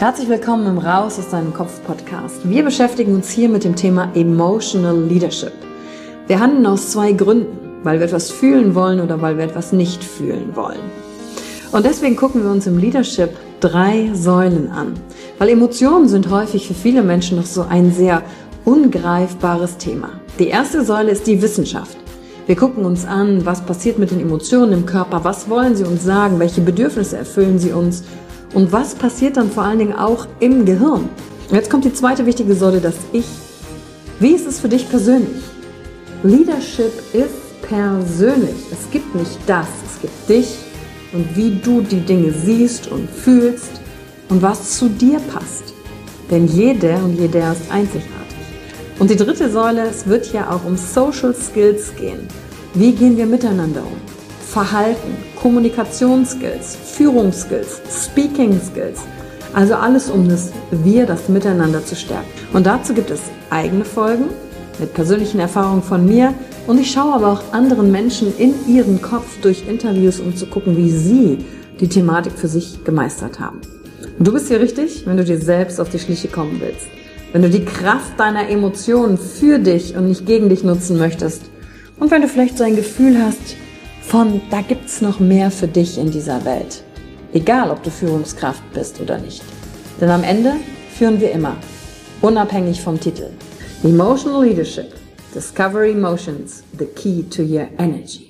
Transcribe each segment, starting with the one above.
Herzlich willkommen im Raus aus deinem Kopf Podcast. Wir beschäftigen uns hier mit dem Thema Emotional Leadership. Wir handeln aus zwei Gründen, weil wir etwas fühlen wollen oder weil wir etwas nicht fühlen wollen. Und deswegen gucken wir uns im Leadership 3 Säulen an, weil Emotionen sind häufig für viele Menschen noch so ein sehr ungreifbares Thema. Die erste Säule ist die Wissenschaft. Wir gucken uns an, was passiert mit den Emotionen im Körper, was wollen sie uns sagen, welche Bedürfnisse erfüllen sie uns und was passiert dann vor allen Dingen auch im Gehirn. Und jetzt kommt die zweite wichtige Säule, das Ich. Wie ist es für dich persönlich? Leadership ist persönlich. Es gibt nicht das, es gibt dich und wie du die Dinge siehst und fühlst und was zu dir passt. Denn jede und jeder ist einzigartig. Und die dritte Säule, es wird ja auch um Social Skills gehen. Wie gehen wir miteinander um? Verhalten, Kommunikationsskills, Führungsskills, Speaking Skills. Also alles um das Miteinander zu stärken. Und dazu gibt es eigene Folgen mit persönlichen Erfahrungen von mir. Und ich schaue aber auch anderen Menschen in ihren Kopf durch Interviews, um zu gucken, wie sie die Thematik für sich gemeistert haben. Und du bist hier richtig, wenn du dir selbst auf die Schliche kommen willst. Wenn du die Kraft deiner Emotionen für dich und nicht gegen dich nutzen möchtest. Und wenn du vielleicht so ein Gefühl hast von, da gibt's noch mehr für dich in dieser Welt. Egal, ob du Führungskraft bist oder nicht. Denn am Ende führen wir immer, unabhängig vom Titel. Emotional Leadership. Discover Emotions, the key to your energy.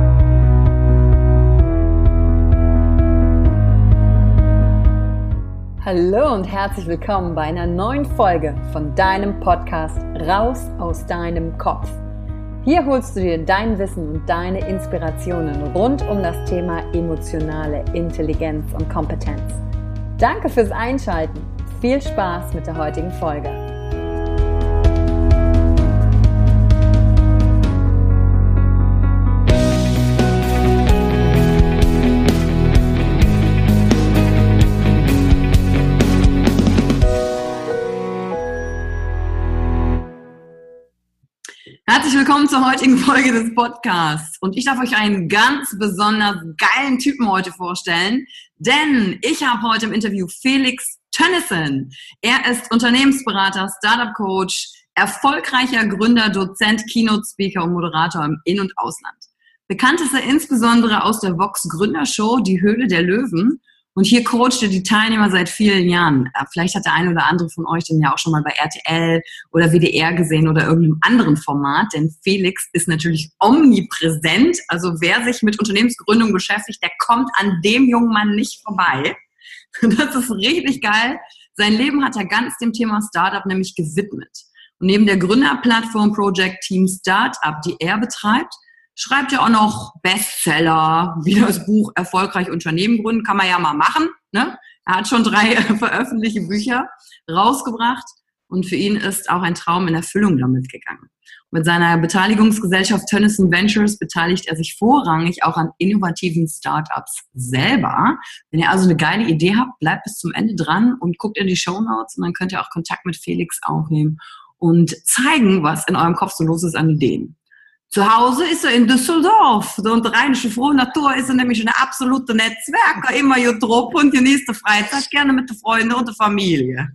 Hallo und herzlich willkommen bei einer neuen Folge von deinem Podcast Raus aus deinem Kopf. Hier holst du dir dein Wissen und deine Inspirationen rund um das Thema emotionale Intelligenz und Kompetenz. Danke fürs Einschalten. Viel Spaß mit der heutigen Folge. Herzlich willkommen zur heutigen Folge des Podcasts. Und ich darf euch einen ganz besonders geilen Typen heute vorstellen, denn ich habe heute im Interview Felix Tönnissen. Er ist Unternehmensberater, Startup-Coach, erfolgreicher Gründer, Dozent, Keynote-Speaker und Moderator im In- und Ausland. Bekannt ist er insbesondere aus der Vox Gründershow Die Höhle der Löwen. Und hier coacht er die Teilnehmer seit vielen Jahren. Vielleicht hat der eine oder andere von euch den ja auch schon mal bei RTL oder WDR gesehen oder irgendeinem anderen Format. Denn Felix ist natürlich omnipräsent. Also wer sich mit Unternehmensgründung beschäftigt, der kommt an dem jungen Mann nicht vorbei. Das ist richtig geil. Sein Leben hat er ganz dem Thema Startup nämlich gewidmet. Und neben der Gründerplattform Project Team Startup, die er betreibt, schreibt ja auch noch Bestseller, wie das Buch Erfolgreich Unternehmen gründen, kann man ja mal machen. Ne? Er hat schon 3 veröffentlichte Bücher rausgebracht und für ihn ist auch ein Traum in Erfüllung damit gegangen. Mit seiner Beteiligungsgesellschaft Tönnissen Ventures beteiligt er sich vorrangig auch an innovativen Startups selber. Wenn ihr also eine geile Idee habt, bleibt bis zum Ende dran und guckt in die Shownotes und dann könnt ihr auch Kontakt mit Felix aufnehmen und zeigen, was in eurem Kopf so los ist an Ideen. Zu Hause ist er in Düsseldorf. Und rheinische frohe Natur ist er nämlich ein absoluter Netzwerker, immer hier drauf und genießt die Freizeit gerne mit den Freunden und der Familie.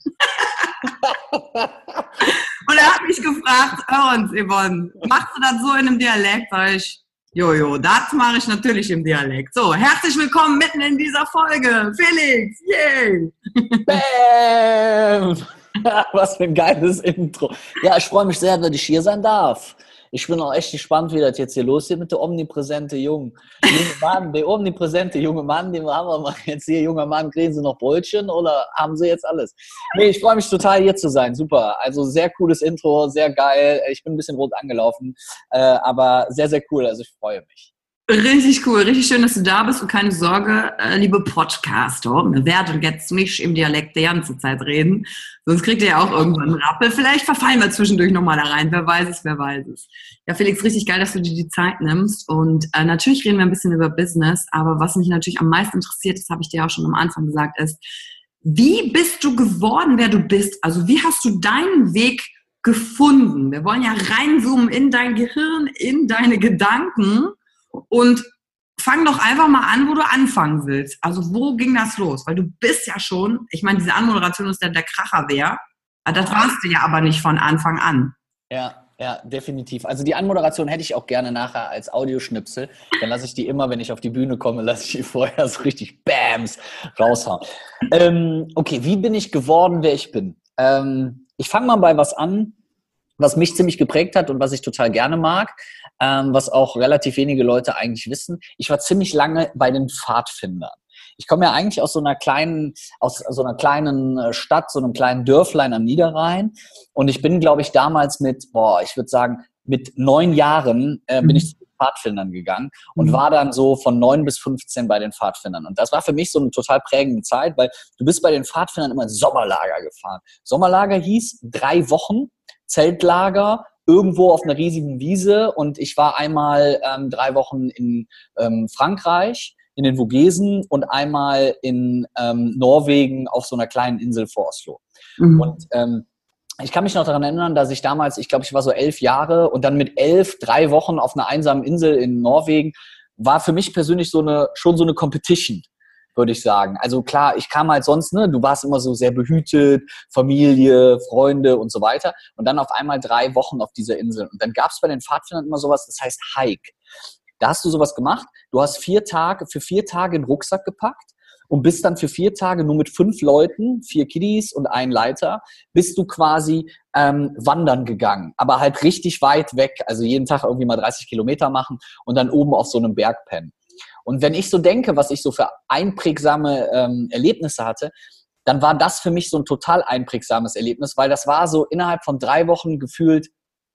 Und er hat mich gefragt, hör uns, Yvonne, machst du das so in einem Dialekt? Sag ich, jojo, das mache ich natürlich im Dialekt. So, herzlich willkommen mitten in dieser Folge. Felix, yay! Bam! Was für ein geiles Intro. Ja, ich freue mich sehr, dass ich hier sein darf. Ich bin auch echt gespannt, wie das jetzt hier losgeht mit der omnipräsente junge Mann. Der omnipräsente junge Mann, den haben wir mal jetzt hier. Junger Mann, kriegen Sie noch Brötchen oder haben Sie jetzt alles? Nee, ich freue mich total, hier zu sein. Super. Also sehr cooles Intro, sehr geil. Ich bin ein bisschen rot angelaufen, aber sehr, sehr cool. Also ich freue mich. Richtig cool, richtig schön, dass du da bist und keine Sorge, liebe Podcaster, wir werden jetzt nicht im Dialekt die ganze Zeit reden, sonst kriegt ihr ja auch irgendwann einen Rappel. Vielleicht verfallen wir zwischendurch nochmal da rein, wer weiß es, wer weiß es. Ja, Felix, richtig geil, dass du dir die Zeit nimmst und natürlich reden wir ein bisschen über Business, aber was mich natürlich am meisten interessiert, das habe ich dir auch schon am Anfang gesagt, ist, wie bist du geworden, wer du bist? Also wie hast du deinen Weg gefunden? Wir wollen ja reinzoomen in dein Gehirn, in deine Gedanken. Und fang doch einfach mal an, wo du anfangen willst. Also wo ging das los? Weil du bist ja schon, ich meine, diese Anmoderation ist der Kracher wär. Das warst du ja aber nicht von Anfang an. Ja, definitiv. Also die Anmoderation hätte ich auch gerne nachher als Audioschnipsel. Dann lasse ich die immer, wenn ich auf die Bühne komme, lasse ich die vorher so richtig Bams raushauen. Okay, wie bin ich geworden, wer ich bin? Ich fange mal bei was an, was mich ziemlich geprägt hat und was ich total gerne mag, was auch relativ wenige Leute eigentlich wissen. Ich war ziemlich lange bei den Pfadfindern. Ich komme ja eigentlich aus so einer kleinen Stadt, so einem kleinen Dörflein am Niederrhein. Und ich bin, glaube ich, damals mit 9 Jahren bin ich zu den Pfadfindern gegangen und war dann so von 9 bis 15 bei den Pfadfindern. Und das war für mich so eine total prägende Zeit, weil du bist bei den Pfadfindern immer ins Sommerlager gefahren. Sommerlager hieß 3 Wochen Zeltlager, irgendwo auf einer riesigen Wiese. Und ich war einmal 3 Wochen in Frankreich, in den Vogesen und einmal in Norwegen auf so einer kleinen Insel vor Oslo. Und ich kann mich noch daran erinnern, dass ich damals, ich glaube, ich war so 11 Jahre und dann mit 11, 3 Wochen auf einer einsamen Insel in Norwegen, war für mich persönlich schon so eine Competition, würde ich sagen. Also klar, ich kam halt sonst, ne, du warst immer so sehr behütet, Familie, Freunde und so weiter. Und dann auf einmal 3 Wochen auf dieser Insel. Und dann gab es bei den Pfadfindern immer sowas, das heißt Hike. Da hast du sowas gemacht, du hast für 4 Tage einen Rucksack gepackt und bist dann für 4 Tage nur mit 5 Leuten, 4 Kiddies und 1 Leiter, bist du quasi wandern gegangen, aber halt richtig weit weg, also jeden Tag irgendwie mal 30 Kilometer machen und dann oben auf so einem Berg pennen. Und wenn ich so denke, was ich so für einprägsame Erlebnisse hatte, dann war das für mich so ein total einprägsames Erlebnis, weil das war so innerhalb von 3 Wochen gefühlt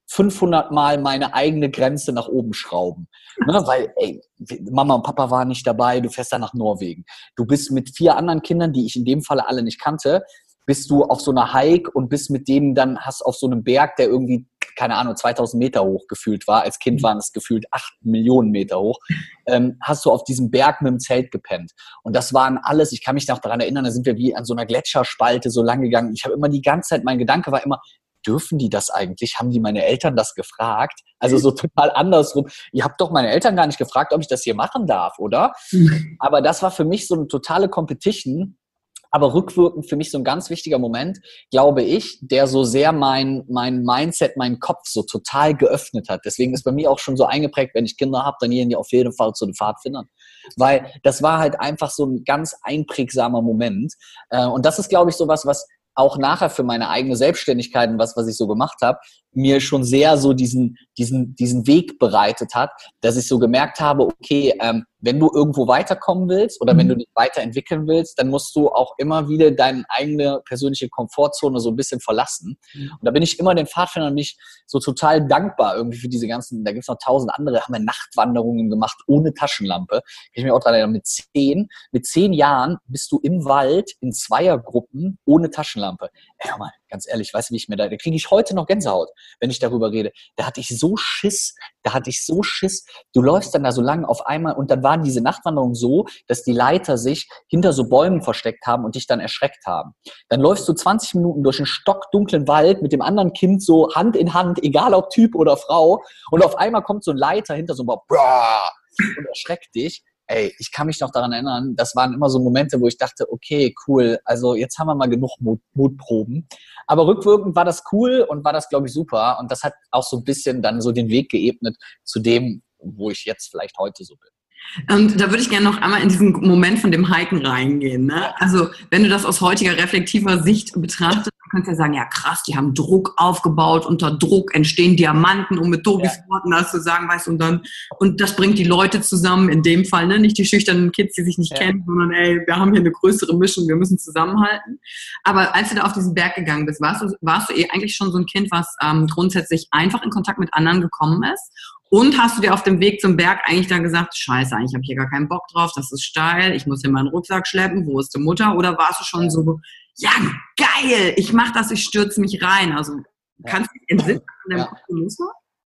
500 Mal meine eigene Grenze nach oben schrauben. Ne? Weil, ey, Mama und Papa waren nicht dabei, du fährst dann nach Norwegen. Du bist mit 4 anderen Kindern, die ich in dem Falle alle nicht kannte, bist du auf so einer Hike und bist mit denen dann, hast auf so einem Berg, der irgendwie, keine Ahnung, 2000 Meter hoch gefühlt war. Als Kind waren es gefühlt 8 Millionen Meter hoch. Hast du auf diesem Berg mit dem Zelt gepennt. Und das waren alles, ich kann mich noch daran erinnern, da sind wir wie an so einer Gletscherspalte so lang gegangen. Ich habe immer die ganze Zeit, mein Gedanke war immer, dürfen die das eigentlich? Haben die meine Eltern das gefragt? Also so total andersrum. Ihr habt doch meine Eltern gar nicht gefragt, ob ich das hier machen darf, oder? Aber das war für mich so eine totale Competition. Aber rückwirkend für mich so ein ganz wichtiger Moment, glaube ich, der so sehr mein Mindset, meinen Kopf so total geöffnet hat. Deswegen ist bei mir auch schon so eingeprägt, wenn ich Kinder habe, dann gehen die auf jeden Fall zu den Pfadfindern. Weil das war halt einfach so ein ganz einprägsamer Moment. Und das ist, glaube ich, so was auch nachher für meine eigene Selbstständigkeit und was ich so gemacht habe, mir schon sehr so diesen Weg bereitet hat, dass ich so gemerkt habe, okay, wenn du irgendwo weiterkommen willst oder wenn du dich weiterentwickeln willst, dann musst du auch immer wieder deine eigene persönliche Komfortzone so ein bisschen verlassen. Und da bin ich immer den Pfadfindern nicht so total dankbar irgendwie für diese ganzen, da gibt es noch 1000 andere, haben wir Nachtwanderungen gemacht ohne Taschenlampe. Kann ich mir auch daran erinnern, mit 10 Jahren bist du im Wald in Zweiergruppen ohne Taschenlampe. Ey, hör mal, ganz ehrlich, weißt du, wie ich mir da kriege ich heute noch Gänsehaut, wenn ich darüber rede. Da hatte ich so Schiss. Du läufst dann da so lang auf einmal und dann waren diese Nachtwanderungen so, dass die Leiter sich hinter so Bäumen versteckt haben und dich dann erschreckt haben. Dann läufst du 20 Minuten durch einen stockdunklen Wald mit dem anderen Kind so Hand in Hand, egal ob Typ oder Frau, und auf einmal kommt so ein Leiter hinter so einem Baum und erschreckt dich. Ey, ich kann mich noch daran erinnern, das waren immer so Momente, wo ich dachte, okay, cool, also jetzt haben wir mal genug Mutproben. Aber rückwirkend war das cool und war das, glaube ich, super. Und das hat auch so ein bisschen dann so den Weg geebnet zu dem, wo ich jetzt vielleicht heute so bin. Und da würde ich gerne noch einmal in diesen Moment von dem Hiken reingehen. Ne? Also wenn du das aus heutiger reflektiver Sicht betrachtest, dann kannst du ja sagen, ja krass, die haben Druck aufgebaut, unter Druck entstehen Diamanten, um mit Tobis Worten das zu sagen, weißt du, und das bringt die Leute zusammen, in dem Fall, ne? Nicht die schüchternen Kids, die sich nicht kennen, sondern ey, wir haben hier eine größere Mischung, wir müssen zusammenhalten. Aber als du da auf diesen Berg gegangen bist, warst du eigentlich schon so ein Kind, was grundsätzlich einfach in Kontakt mit anderen gekommen ist? Und hast du dir auf dem Weg zum Berg eigentlich dann gesagt, scheiße, eigentlich habe ich hier gar keinen Bock drauf, das ist steil, ich muss hier meinen Rucksack schleppen, wo ist die Mutter? Oder warst du schon so, ja geil, ich mach das, ich stürze mich rein. Also kannst du dich entsinnen an deinem Kopf?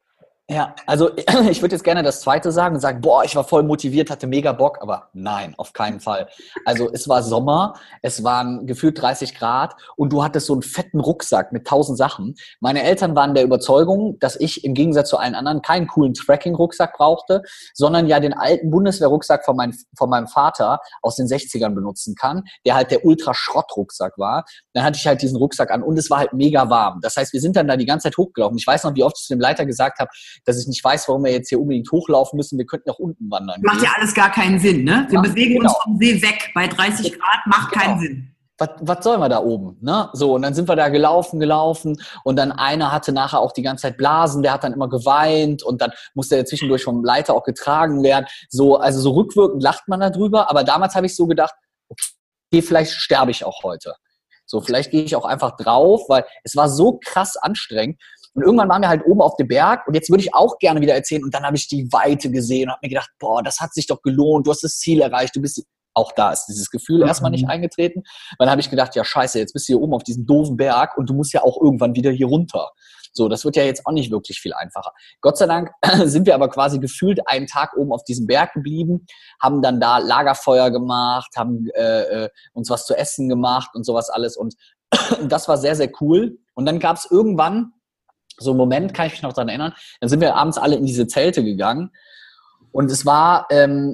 Ja, also ich würde jetzt gerne das Zweite sagen und sagen, boah, ich war voll motiviert, hatte mega Bock, aber nein, auf keinen Fall. Also es war Sommer, es waren gefühlt 30 Grad und du hattest so einen fetten Rucksack mit 1000 Sachen. Meine Eltern waren der Überzeugung, dass ich im Gegensatz zu allen anderen keinen coolen Trekking-Rucksack brauchte, sondern ja den alten Bundeswehr-Rucksack von meinem Vater aus den 60ern benutzen kann, der halt der Ultra-Schrott-Rucksack war. Dann hatte ich halt diesen Rucksack an und es war halt mega warm. Das heißt, wir sind dann da die ganze Zeit hochgelaufen. Ich weiß noch, wie oft ich zu dem Leiter gesagt habe, dass ich nicht weiß, warum wir jetzt hier unbedingt hochlaufen müssen. Wir könnten nach unten wandern. Macht ja alles gar keinen Sinn, ne? Wir bewegen uns vom See weg. Bei 30 Grad macht keinen Sinn. Was sollen wir da oben? Ne? So, und dann sind wir da gelaufen und dann einer hatte nachher auch die ganze Zeit Blasen, der hat dann immer geweint und dann musste er zwischendurch vom Leiter auch getragen werden. So, also so rückwirkend lacht man da drüber, aber damals habe ich so gedacht, okay, vielleicht sterbe ich auch heute. So, vielleicht gehe ich auch einfach drauf, weil es war so krass anstrengend. Und irgendwann waren wir halt oben auf dem Berg und jetzt würde ich auch gerne wieder erzählen und dann habe ich die Weite gesehen und habe mir gedacht, boah, das hat sich doch gelohnt, du hast das Ziel erreicht, du bist, auch da ist dieses Gefühl erstmal nicht eingetreten, weil dann habe ich gedacht, ja scheiße, jetzt bist du hier oben auf diesem doofen Berg und du musst ja auch irgendwann wieder hier runter. So, das wird ja jetzt auch nicht wirklich viel einfacher. Gott sei Dank sind wir aber quasi gefühlt einen Tag oben auf diesem Berg geblieben, haben dann da Lagerfeuer gemacht, haben uns was zu essen gemacht und sowas alles und das war sehr, sehr cool. Und dann gab es irgendwann so einen Moment, kann ich mich noch daran erinnern, dann sind wir abends alle in diese Zelte gegangen und es war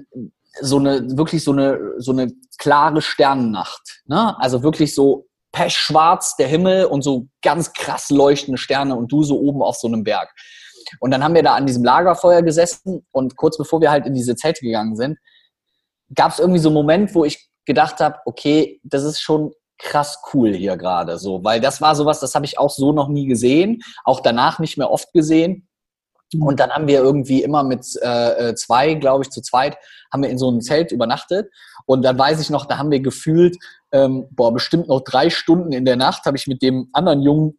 wirklich so eine klare Sternennacht, ne? Also wirklich so pechschwarz der Himmel und so ganz krass leuchtende Sterne und du so oben auf so einem Berg. Und dann haben wir da an diesem Lagerfeuer gesessen und kurz bevor wir halt in diese Zelte gegangen sind, gab es irgendwie so einen Moment, wo ich gedacht habe, okay, das ist schon krass cool hier gerade so, weil das war sowas, das habe ich auch so noch nie gesehen, auch danach nicht mehr oft gesehen. Und dann haben wir irgendwie immer mit glaube ich, zu zweit, haben wir in so einem Zelt übernachtet. Und dann weiß ich noch, da haben wir gefühlt, bestimmt noch 3 Stunden in der Nacht habe ich mit dem anderen Jungen,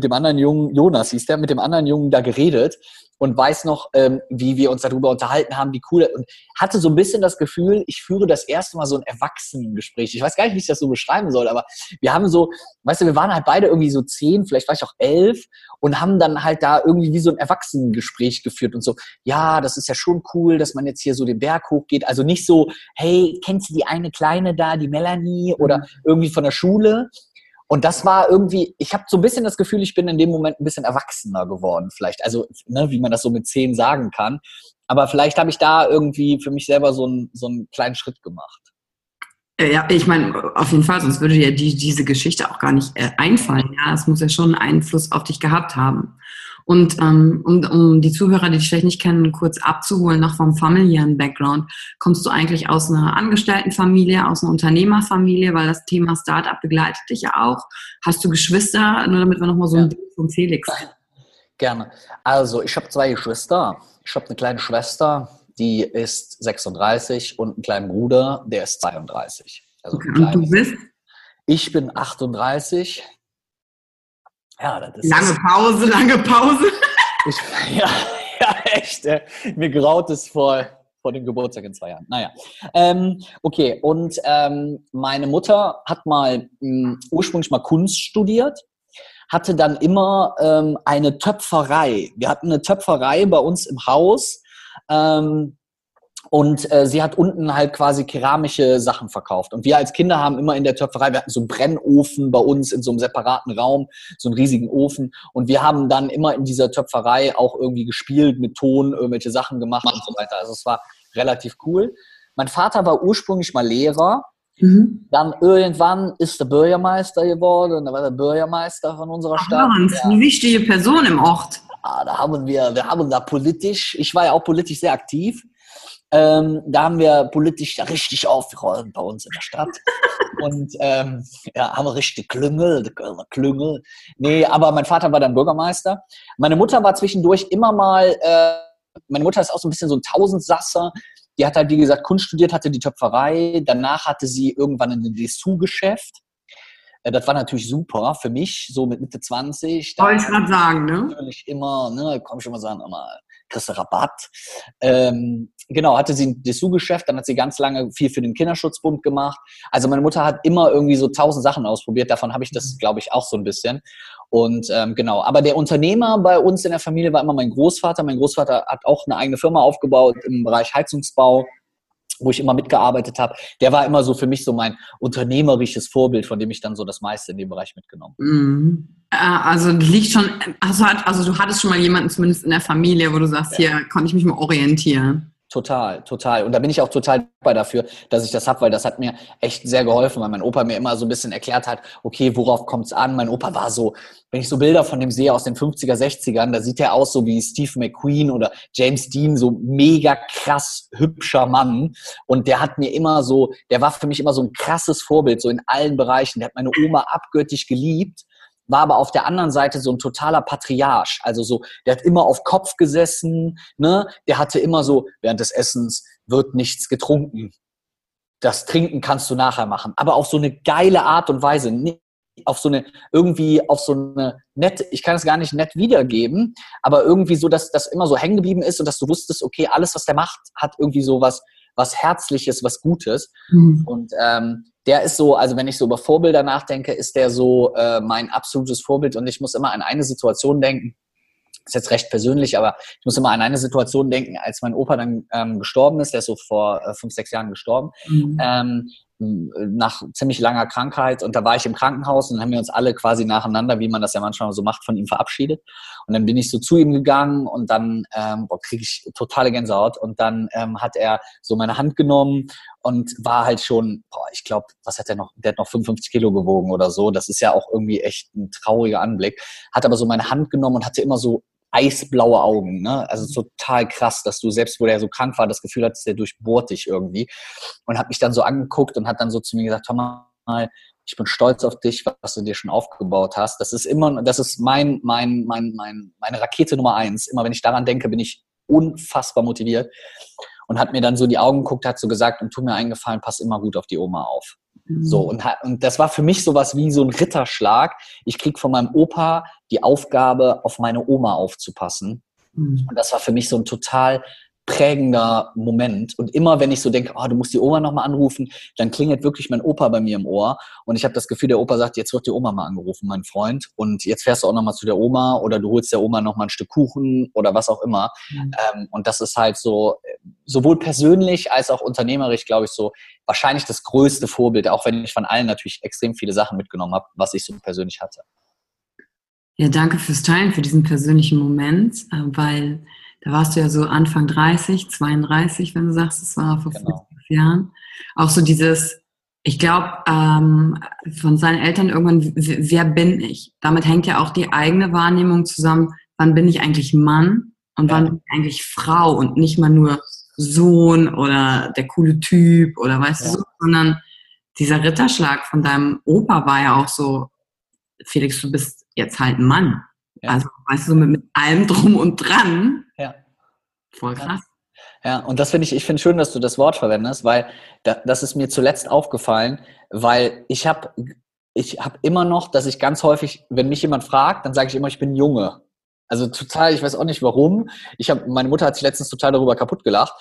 Jonas hieß der, mit dem anderen Jungen da geredet und weiß noch, wie wir uns darüber unterhalten haben, wie cool, und hatte so ein bisschen das Gefühl, ich führe das erste Mal so ein Erwachsenengespräch. Ich weiß gar nicht, wie ich das so beschreiben soll, aber wir haben so, weißt du, wir waren halt beide irgendwie so 10, vielleicht war ich auch 11 und haben dann halt da irgendwie wie so ein Erwachsenengespräch geführt und so, ja, das ist ja schon cool, dass man jetzt hier so den Berg hochgeht. Also nicht so, hey, kennst du die eine Kleine da, die Melanie oder irgendwie von der Schule? Und das war irgendwie, ich habe so ein bisschen das Gefühl, ich bin in dem Moment ein bisschen erwachsener geworden vielleicht. Also, ne, wie man das so mit 10 sagen kann. Aber vielleicht habe ich da irgendwie für mich selber so einen kleinen Schritt gemacht. Ja, ich meine, auf jeden Fall, sonst würde dir diese Geschichte auch gar nicht einfallen. Ja, es muss ja schon einen Einfluss auf dich gehabt haben. Und um die Zuhörer, die dich vielleicht nicht kennen, kurz abzuholen, noch vom familiären Background, kommst du eigentlich aus einer Angestelltenfamilie, aus einer Unternehmerfamilie, weil das Thema Startup begleitet dich ja auch. Hast du Geschwister, nur damit wir nochmal so ein Bild vom Felix haben? Gerne. Also, ich habe 2 Geschwister. Ich habe eine kleine Schwester, die ist 36 und einen kleinen Bruder, der ist 32. Also okay, und du bist? Ich bin 38. Ja, das ist lange Pause. Ja, echt. Mir graut es vor dem Geburtstag in 2 Jahren. Naja. Okay, und meine Mutter hat mal ursprünglich mal Kunst studiert, hatte dann immer eine Töpferei. Wir hatten eine Töpferei bei uns im Haus. Und sie hat unten halt quasi keramische Sachen verkauft. Und wir als Kinder haben immer in der Töpferei, wir hatten so einen Brennofen bei uns in so einem separaten Raum, so einen riesigen Ofen. Und wir haben dann immer in dieser Töpferei auch irgendwie gespielt, mit Ton irgendwelche Sachen gemacht und so weiter. Also es war relativ cool. Mein Vater war ursprünglich mal Lehrer. Dann irgendwann ist er Bürgermeister geworden. Und da war der Bürgermeister von unserer Stadt. Eine wichtige Person im Ort. Ja, wir haben da politisch, ich war ja auch politisch sehr aktiv. Da haben wir politisch da richtig aufgeräumt bei uns in der Stadt. Und haben wir richtig Klüngel. Nee, aber mein Vater war dann Bürgermeister. Meine Mutter war zwischendurch immer mal, meine Mutter ist auch so ein bisschen so ein Tausendsasser. Die hat halt, wie gesagt, Kunst studiert, hatte die Töpferei. Danach hatte sie irgendwann ein Dessous-Geschäft. Das war natürlich super für mich, so mit Mitte 20. Wollte ich gerade sagen, ne? Natürlich immer, ne, komm schon mal sagen, immer kriegst du Rabatt. Genau, hatte sie ein Dessous-Geschäft, dann hat sie ganz lange viel für den Kinderschutzbund gemacht. Also meine Mutter hat immer irgendwie so 1000 Sachen ausprobiert, davon habe ich das, glaube ich, auch so ein bisschen. Und genau, aber der Unternehmer bei uns in der Familie war immer mein Großvater. Mein Großvater hat auch eine eigene Firma aufgebaut im Bereich Heizungsbau, wo ich immer mitgearbeitet habe. Der war immer so für mich so mein unternehmerisches Vorbild, von dem ich dann so das meiste in dem Bereich mitgenommen habe. Mhm. Also liegt schon, also du hattest schon mal jemanden zumindest in der Familie, wo du sagst, hier konnte ich mich mal orientieren. Total, total. Und da bin ich auch total dankbar dafür, dass ich das habe, weil das hat mir echt sehr geholfen, weil mein Opa mir immer so ein bisschen erklärt hat, okay, worauf kommt es an? Mein Opa war so, wenn ich so Bilder von dem sehe aus den 50er, 60ern, da sieht er aus so wie Steve McQueen oder James Dean, so mega krass hübscher Mann. Und der hat mir immer so, der war für mich immer so ein krasses Vorbild, so in allen Bereichen. Der hat meine Oma abgöttisch geliebt, war aber auf der anderen Seite so ein totaler Patriarch. Also so, der hat immer auf Kopf gesessen, ne? Der hatte immer so, während des Essens wird nichts getrunken. Das Trinken kannst du nachher machen. Aber auf so eine geile Art und Weise. Auf so eine, irgendwie auf so eine nette, ich kann es gar nicht nett wiedergeben, aber irgendwie so, dass das immer so hängen geblieben ist und dass du wusstest, okay, alles, was der macht, hat irgendwie so was Herzliches, was Gutes. Mhm. Und der ist so, also wenn ich so über Vorbilder nachdenke, ist der so mein absolutes Vorbild und ich muss immer an eine Situation denken, ist jetzt recht persönlich, aber ich muss immer an eine Situation denken, als mein Opa dann gestorben ist, der ist so vor 5, 6 Jahren gestorben, nach ziemlich langer Krankheit und da war ich im Krankenhaus und dann haben wir uns alle quasi nacheinander, wie man das ja manchmal so macht, von ihm verabschiedet und dann bin ich so zu ihm gegangen und dann kriege ich totale Gänsehaut und dann hat er so meine Hand genommen und war halt schon, ich glaube, was hat er noch, der hat noch 55 Kilo gewogen oder so, das ist ja auch irgendwie echt ein trauriger Anblick, hat aber so meine Hand genommen und hatte immer so eisblaue Augen, ne? Also total krass, dass du, selbst wo der so krank war, das Gefühl hattest, der durchbohrt dich irgendwie. Und hat mich dann so angeguckt und hat dann so zu mir gesagt, hör mal, ich bin stolz auf dich, was du dir schon aufgebaut hast. Das ist meine Rakete Nummer 1. Immer wenn ich daran denke, bin ich unfassbar motiviert. Und hat mir dann so in die Augen geguckt, hat so gesagt, und tu mir einen Gefallen, pass immer gut auf die Oma auf. So, und das war für mich sowas wie so ein Ritterschlag. Ich krieg von meinem Opa die Aufgabe, auf meine Oma aufzupassen. Und das war für mich so ein total prägender Moment. Und immer, wenn ich so denke, du musst die Oma nochmal anrufen, dann klingelt wirklich mein Opa bei mir im Ohr. Und ich habe das Gefühl, der Opa sagt, jetzt wird die Oma mal angerufen, mein Freund. Und jetzt fährst du auch nochmal zu der Oma oder du holst der Oma nochmal ein Stück Kuchen oder was auch immer. Und das ist halt so, sowohl persönlich als auch unternehmerisch, glaube ich, so wahrscheinlich das größte Vorbild, auch wenn ich von allen natürlich extrem viele Sachen mitgenommen habe, was ich so persönlich hatte. Ja, danke fürs Teilen, für diesen persönlichen Moment, weil da warst du ja so Anfang 30, 32, wenn du sagst, es war vor 5 Jahren. Auch so dieses, ich glaube, von seinen Eltern irgendwann, wer bin ich? Damit hängt ja auch die eigene Wahrnehmung zusammen, wann bin ich eigentlich Mann und wann bin ich eigentlich Frau und nicht mal nur Sohn oder der coole Typ oder weißt du so, sondern dieser Ritterschlag von deinem Opa war ja auch so, Felix, du bist jetzt halt ein Mann. Ja. Also, weißt du, mit allem drum und dran. Ja. Voll krass. Ja, und das finde ich finde schön, dass du das Wort verwendest, weil das ist mir zuletzt aufgefallen, weil ich hab immer noch, dass ich ganz häufig, wenn mich jemand fragt, dann sage ich immer, ich bin Junge. Also total, ich weiß auch nicht warum. Meine Mutter hat sich letztens total darüber kaputt gelacht.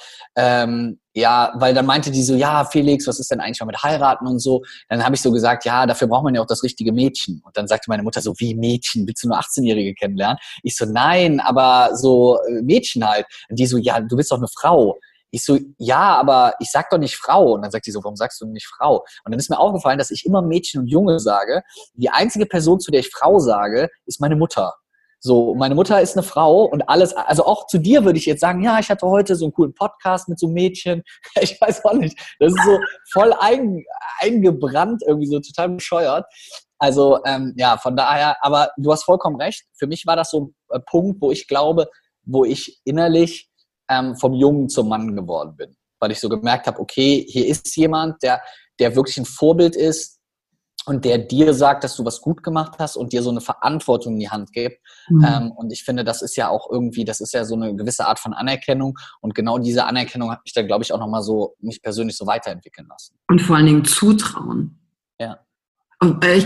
Ja, weil dann meinte die so, ja, Felix, was ist denn eigentlich mal mit heiraten und so? Dann habe ich so gesagt, ja, dafür braucht man ja auch das richtige Mädchen. Und dann sagte meine Mutter so, wie Mädchen? Willst du nur 18-Jährige kennenlernen? Ich so, nein, aber so Mädchen halt. Und die so, ja, du bist doch eine Frau. Ich so, ja, aber ich sag doch nicht Frau. Und dann sagt die so, warum sagst du nicht Frau? Und dann ist mir aufgefallen, dass ich immer Mädchen und Junge sage. Die einzige Person, zu der ich Frau sage, ist meine Mutter. So, meine Mutter ist eine Frau und alles, also auch zu dir würde ich jetzt sagen, ja, ich hatte heute so einen coolen Podcast mit so einem Mädchen. Ich weiß auch nicht. Das ist so voll eingebrannt, irgendwie so total bescheuert. Also, ja, von daher, aber du hast vollkommen recht. Für mich war das so ein Punkt, wo ich glaube, wo ich innerlich vom Jungen zum Mann geworden bin. Weil ich so gemerkt habe, okay, hier ist jemand, der wirklich ein Vorbild ist, und der dir sagt, dass du was gut gemacht hast und dir so eine Verantwortung in die Hand gibt. Und ich finde, das ist ja auch irgendwie, das ist ja so eine gewisse Art von Anerkennung. Und genau diese Anerkennung hat mich dann, glaube ich, auch nochmal so, mich persönlich so weiterentwickeln lassen. Und vor allen Dingen Zutrauen. Ja. Und ich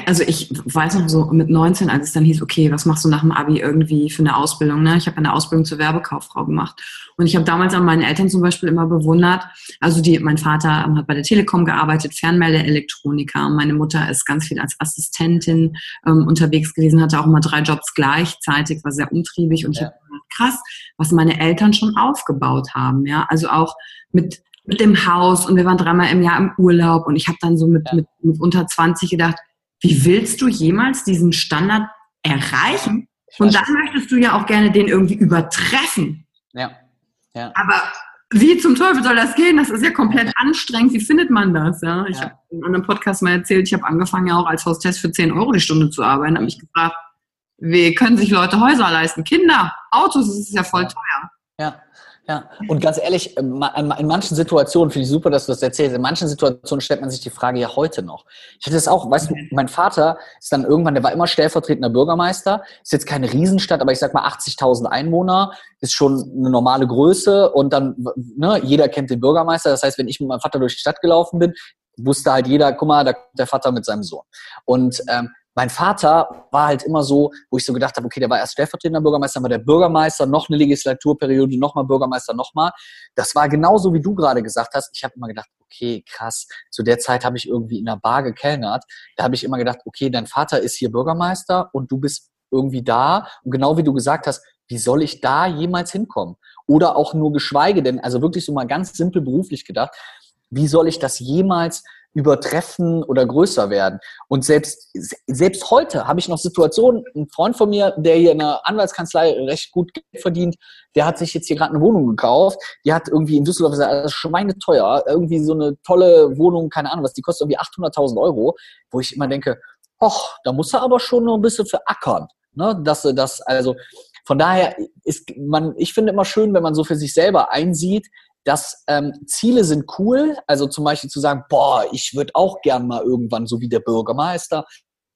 weiß noch so mit 19, als es dann hieß, okay, was machst du nach dem Abi irgendwie für eine Ausbildung? Ne? Ich habe eine Ausbildung zur Werbekauffrau gemacht. Und ich habe damals an meinen Eltern zum Beispiel immer bewundert, also mein Vater hat bei der Telekom gearbeitet, Fernmeldeelektroniker. Meine Mutter ist ganz viel als Assistentin unterwegs gewesen, hatte auch immer 3 Jobs gleichzeitig, war sehr umtriebig. Und ich habe gedacht, krass, was meine Eltern schon aufgebaut haben. Ja, also auch mit dem Haus, und wir waren 3-mal im Jahr im Urlaub, und ich habe dann so mit unter 20 gedacht, wie willst du jemals diesen Standard erreichen? Und dann möchtest du ja auch gerne den irgendwie übertreffen. Ja. Aber wie zum Teufel soll das gehen? Das ist ja komplett anstrengend. Wie findet man das? Ja? Ich habe in einem Podcast mal erzählt, ich habe angefangen ja auch als Hostess für 10 Euro die Stunde zu arbeiten. Habe mich gefragt, wie können sich Leute Häuser leisten? Kinder, Autos, das ist ja voll teuer. Ja, und ganz ehrlich, in manchen Situationen, finde ich super, dass du das erzählst, in manchen Situationen stellt man sich die Frage ja heute noch. Ich hatte das auch, weißt du, mein Vater ist dann irgendwann, der war immer stellvertretender Bürgermeister, ist jetzt keine Riesenstadt, aber ich sag mal 80.000 Einwohner, ist schon eine normale Größe, und dann, ne, jeder kennt den Bürgermeister, das heißt, wenn ich mit meinem Vater durch die Stadt gelaufen bin, wusste halt jeder, guck mal, da kommt der Vater mit seinem Sohn. Und mein Vater war halt immer so, wo ich so gedacht habe, okay, der war erst stellvertretender Bürgermeister, dann war der Bürgermeister, noch eine Legislaturperiode, nochmal Bürgermeister, nochmal. Das war genauso, wie du gerade gesagt hast. Ich habe immer gedacht, okay, krass, zu der Zeit habe ich irgendwie in einer Bar gekellnert. Da habe ich immer gedacht, okay, dein Vater ist hier Bürgermeister und du bist irgendwie da. Und genau wie du gesagt hast, wie soll ich da jemals hinkommen? Oder auch nur geschweige denn, also wirklich so mal ganz simpel beruflich gedacht, wie soll ich das jemals übertreffen oder größer werden? Und selbst heute habe ich noch Situationen, ein Freund von mir, der hier in einer Anwaltskanzlei recht gut Geld verdient, der hat sich jetzt hier gerade eine Wohnung gekauft, die hat irgendwie in Düsseldorf, das ist schweineteuer, irgendwie so eine tolle Wohnung, keine Ahnung was, die kostet irgendwie 800.000 Euro, wo ich immer denke, da muss er aber schon noch ein bisschen für ackern, ne? Also von daher ich finde immer schön, wenn man so für sich selber einsieht, dass Ziele sind cool, also zum Beispiel zu sagen, ich würde auch gern mal irgendwann so wie der Bürgermeister,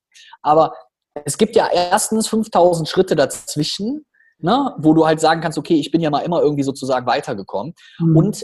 aber es gibt ja erstens 5.000 Schritte dazwischen, ne, wo du halt sagen kannst, okay, ich bin ja mal immer irgendwie sozusagen weitergekommen. Und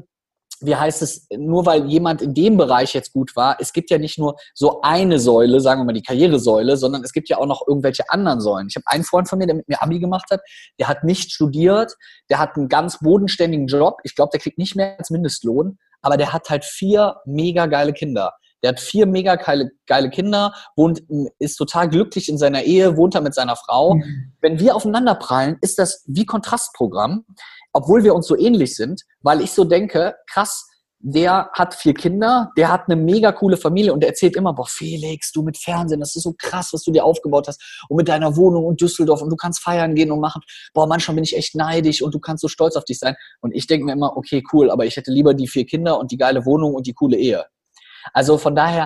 wie heißt es, nur weil jemand in dem Bereich jetzt gut war, es gibt ja nicht nur so eine Säule, sagen wir mal die Karrieresäule, sondern es gibt ja auch noch irgendwelche anderen Säulen. Ich habe einen Freund von mir, der mit mir Abi gemacht hat, der hat nicht studiert, der hat einen ganz bodenständigen Job, ich glaube, der kriegt nicht mehr als Mindestlohn, aber der hat halt 4 mega geile Kinder. Der hat 4 mega geile Kinder, ist total glücklich in seiner Ehe, wohnt da mit seiner Frau. Wenn wir aufeinander prallen, ist das wie Kontrastprogramm, obwohl wir uns so ähnlich sind, weil ich so denke, krass, der hat 4 Kinder, der hat eine mega coole Familie und der erzählt immer, Felix, du mit Fernsehen, das ist so krass, was du dir aufgebaut hast und mit deiner Wohnung und Düsseldorf und du kannst feiern gehen und machen, manchmal bin ich echt neidisch und du kannst so stolz auf dich sein. Und ich denke mir immer, okay, cool, aber ich hätte lieber die 4 Kinder und die geile Wohnung und die coole Ehe. Also von daher,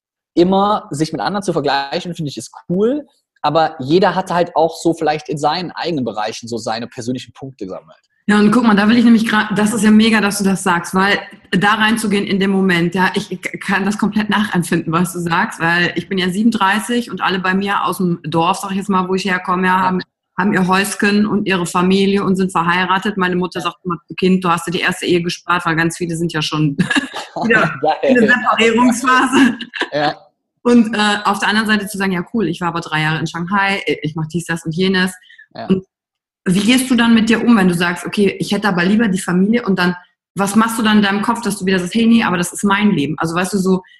immer sich mit anderen zu vergleichen, finde ich, ist cool, aber jeder hat halt auch so vielleicht in seinen eigenen Bereichen so seine persönlichen Punkte gesammelt. Ja, und guck mal, da will ich nämlich gerade, das ist ja mega, dass du das sagst, weil da reinzugehen in dem Moment, ja, ich kann das komplett nachempfinden, was du sagst, weil ich bin ja 37 und alle bei mir aus dem Dorf, sag ich jetzt mal, wo ich herkomme, ja, haben ihr Häuschen und ihre Familie und sind verheiratet. Meine Mutter sagt immer, Kind, du hast dir die erste Ehe gespart, weil ganz viele sind ja schon wieder in der Separierungsphase. Ja. Und auf der anderen Seite zu sagen, ja cool, ich war aber 3 Jahre in Shanghai, ich mache dies, das und jenes. Ja. Und wie gehst du dann mit dir um, wenn du sagst, okay, ich hätte aber lieber die Familie, und dann, was machst du dann in deinem Kopf, dass du wieder sagst, hey, nee, aber das ist mein Leben. Also weißt du so,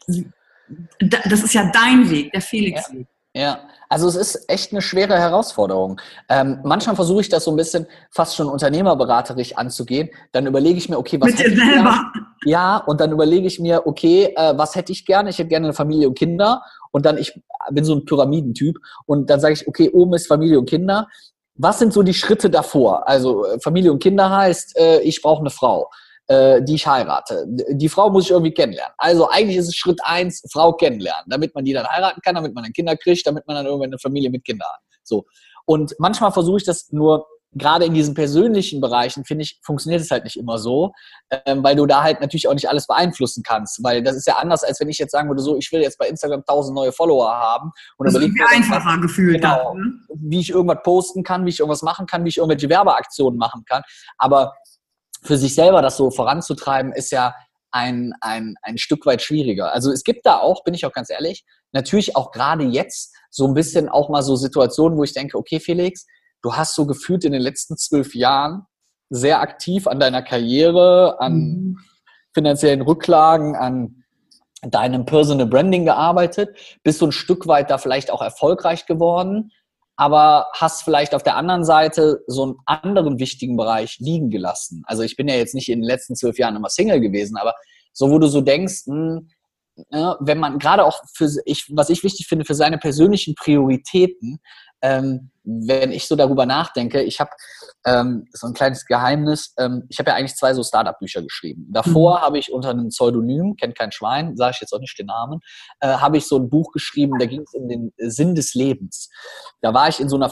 das ist ja dein Weg, der Felix-Weg. Ja, also es ist echt eine schwere Herausforderung. Manchmal versuche ich das so ein bisschen fast schon unternehmerberaterisch anzugehen. Dann überlege ich mir, okay, was hätte ich gerne? Ja, und dann überlege ich mir, okay, was hätte ich gerne? Ich hätte gerne eine Familie und Kinder. Und dann, ich bin so ein Pyramidentyp. Und dann sage ich, okay, oben ist Familie und Kinder. Was sind so die Schritte davor? Also Familie und Kinder heißt, ich brauche eine Frau, die ich heirate. Die Frau muss ich irgendwie kennenlernen. Also eigentlich ist es Schritt 1, Frau kennenlernen, damit man die dann heiraten kann, damit man dann Kinder kriegt, damit man dann irgendwann eine Familie mit Kindern hat. So. Und manchmal versuche ich das nur, gerade in diesen persönlichen Bereichen, finde ich, funktioniert es halt nicht immer so, weil du da halt natürlich auch nicht alles beeinflussen kannst, weil das ist ja anders, als wenn ich jetzt sagen würde, so, ich will jetzt bei Instagram 1000 neue Follower haben. Und das ist mir einfacher gefühlt. Genau, wie ich irgendwas posten kann, wie ich irgendwas machen kann, wie ich irgendwelche Werbeaktionen machen kann. Aber für sich selber das so voranzutreiben, ist ja ein Stück weit schwieriger. Also es gibt da auch, bin ich auch ganz ehrlich, natürlich auch gerade jetzt so ein bisschen auch mal so Situationen, wo ich denke, okay Felix, du hast so gefühlt in den letzten 12 Jahren sehr aktiv an deiner Karriere, an finanziellen Rücklagen, an deinem Personal Branding gearbeitet, bist so ein Stück weit da vielleicht auch erfolgreich geworden, aber hast vielleicht auf der anderen Seite so einen anderen wichtigen Bereich liegen gelassen. Also ich bin ja jetzt nicht in den letzten 12 Jahren immer Single gewesen, aber so, wo du so denkst, wenn man gerade auch was ich wichtig finde, für seine persönlichen Prioritäten, wenn ich so darüber nachdenke, ich habe so ein kleines Geheimnis, ich habe ja eigentlich 2 so Startup-Bücher geschrieben. Davor habe ich unter einem Pseudonym, kennt kein Schwein, sage ich jetzt auch nicht den Namen, habe ich so ein Buch geschrieben, da ging es um den Sinn des Lebens. Da war ich in so einer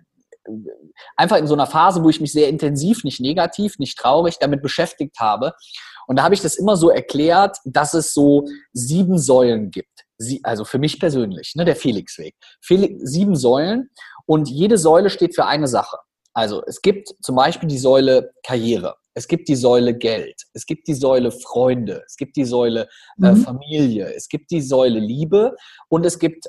einfach in so einer Phase, wo ich mich sehr intensiv, nicht negativ, nicht traurig damit beschäftigt habe. Und da habe ich das immer so erklärt, dass es so 7 Säulen gibt. Also für mich persönlich, der Felix-Weg. 7 Säulen und jede Säule steht für eine Sache. Also es gibt zum Beispiel die Säule Karriere, es gibt die Säule Geld, es gibt die Säule Freunde, es gibt die Säule Familie, es gibt die Säule Liebe und es gibt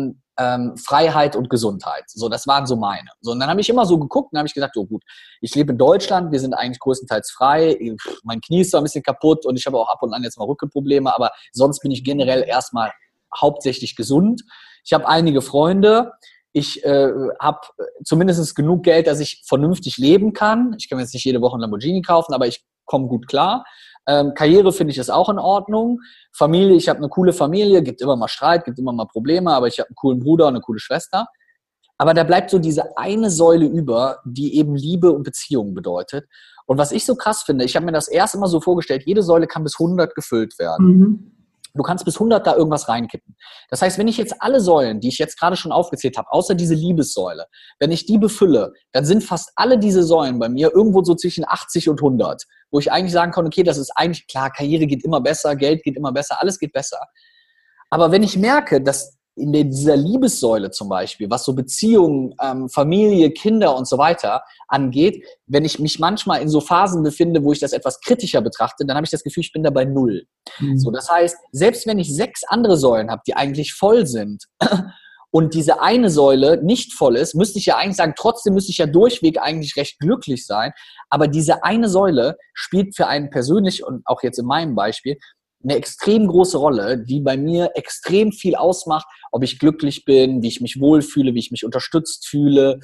Freiheit und Gesundheit. So, das waren so meine. So, und dann habe ich immer so geguckt und habe ich gesagt, oh gut, ich lebe in Deutschland, wir sind eigentlich größtenteils frei, mein Knie ist zwar ein bisschen kaputt und ich habe auch ab und an jetzt mal Rückenprobleme, aber sonst bin ich generell erstmal hauptsächlich gesund. Ich habe einige Freunde, ich habe zumindest genug Geld, dass ich vernünftig leben kann. Ich kann mir jetzt nicht jede Woche einen Lamborghini kaufen, aber ich komme gut klar. Karriere finde ich ist auch in Ordnung. Familie, ich habe eine coole Familie, gibt immer mal Streit, gibt immer mal Probleme, aber ich habe einen coolen Bruder und eine coole Schwester. Aber da bleibt so diese eine Säule über, die eben Liebe und Beziehungen bedeutet. Und was ich so krass finde, ich habe mir das erst immer so vorgestellt, jede Säule kann bis 100 gefüllt werden. Du kannst bis 100 da irgendwas reinkippen. Das heißt, wenn ich jetzt alle Säulen, die ich jetzt gerade schon aufgezählt habe, außer diese Liebessäule, wenn ich die befülle, dann sind fast alle diese Säulen bei mir irgendwo so zwischen 80 und 100, wo ich eigentlich sagen kann, okay, das ist eigentlich klar, Karriere geht immer besser, Geld geht immer besser, alles geht besser. Aber wenn ich merke, dass in dieser Liebessäule zum Beispiel, was so Beziehungen, Familie, Kinder und so weiter angeht, wenn ich mich manchmal in so Phasen befinde, wo ich das etwas kritischer betrachte, dann habe ich das Gefühl, ich bin da bei 0. So, das heißt, selbst wenn ich 6 andere Säulen habe, die eigentlich voll sind und diese eine Säule nicht voll ist, müsste ich ja eigentlich sagen, trotzdem müsste ich ja durchweg eigentlich recht glücklich sein. Aber diese eine Säule spielt für einen persönlich und auch jetzt in meinem Beispiel eine extrem große Rolle, die bei mir extrem viel ausmacht, ob ich glücklich bin, wie ich mich wohlfühle, wie ich mich unterstützt fühle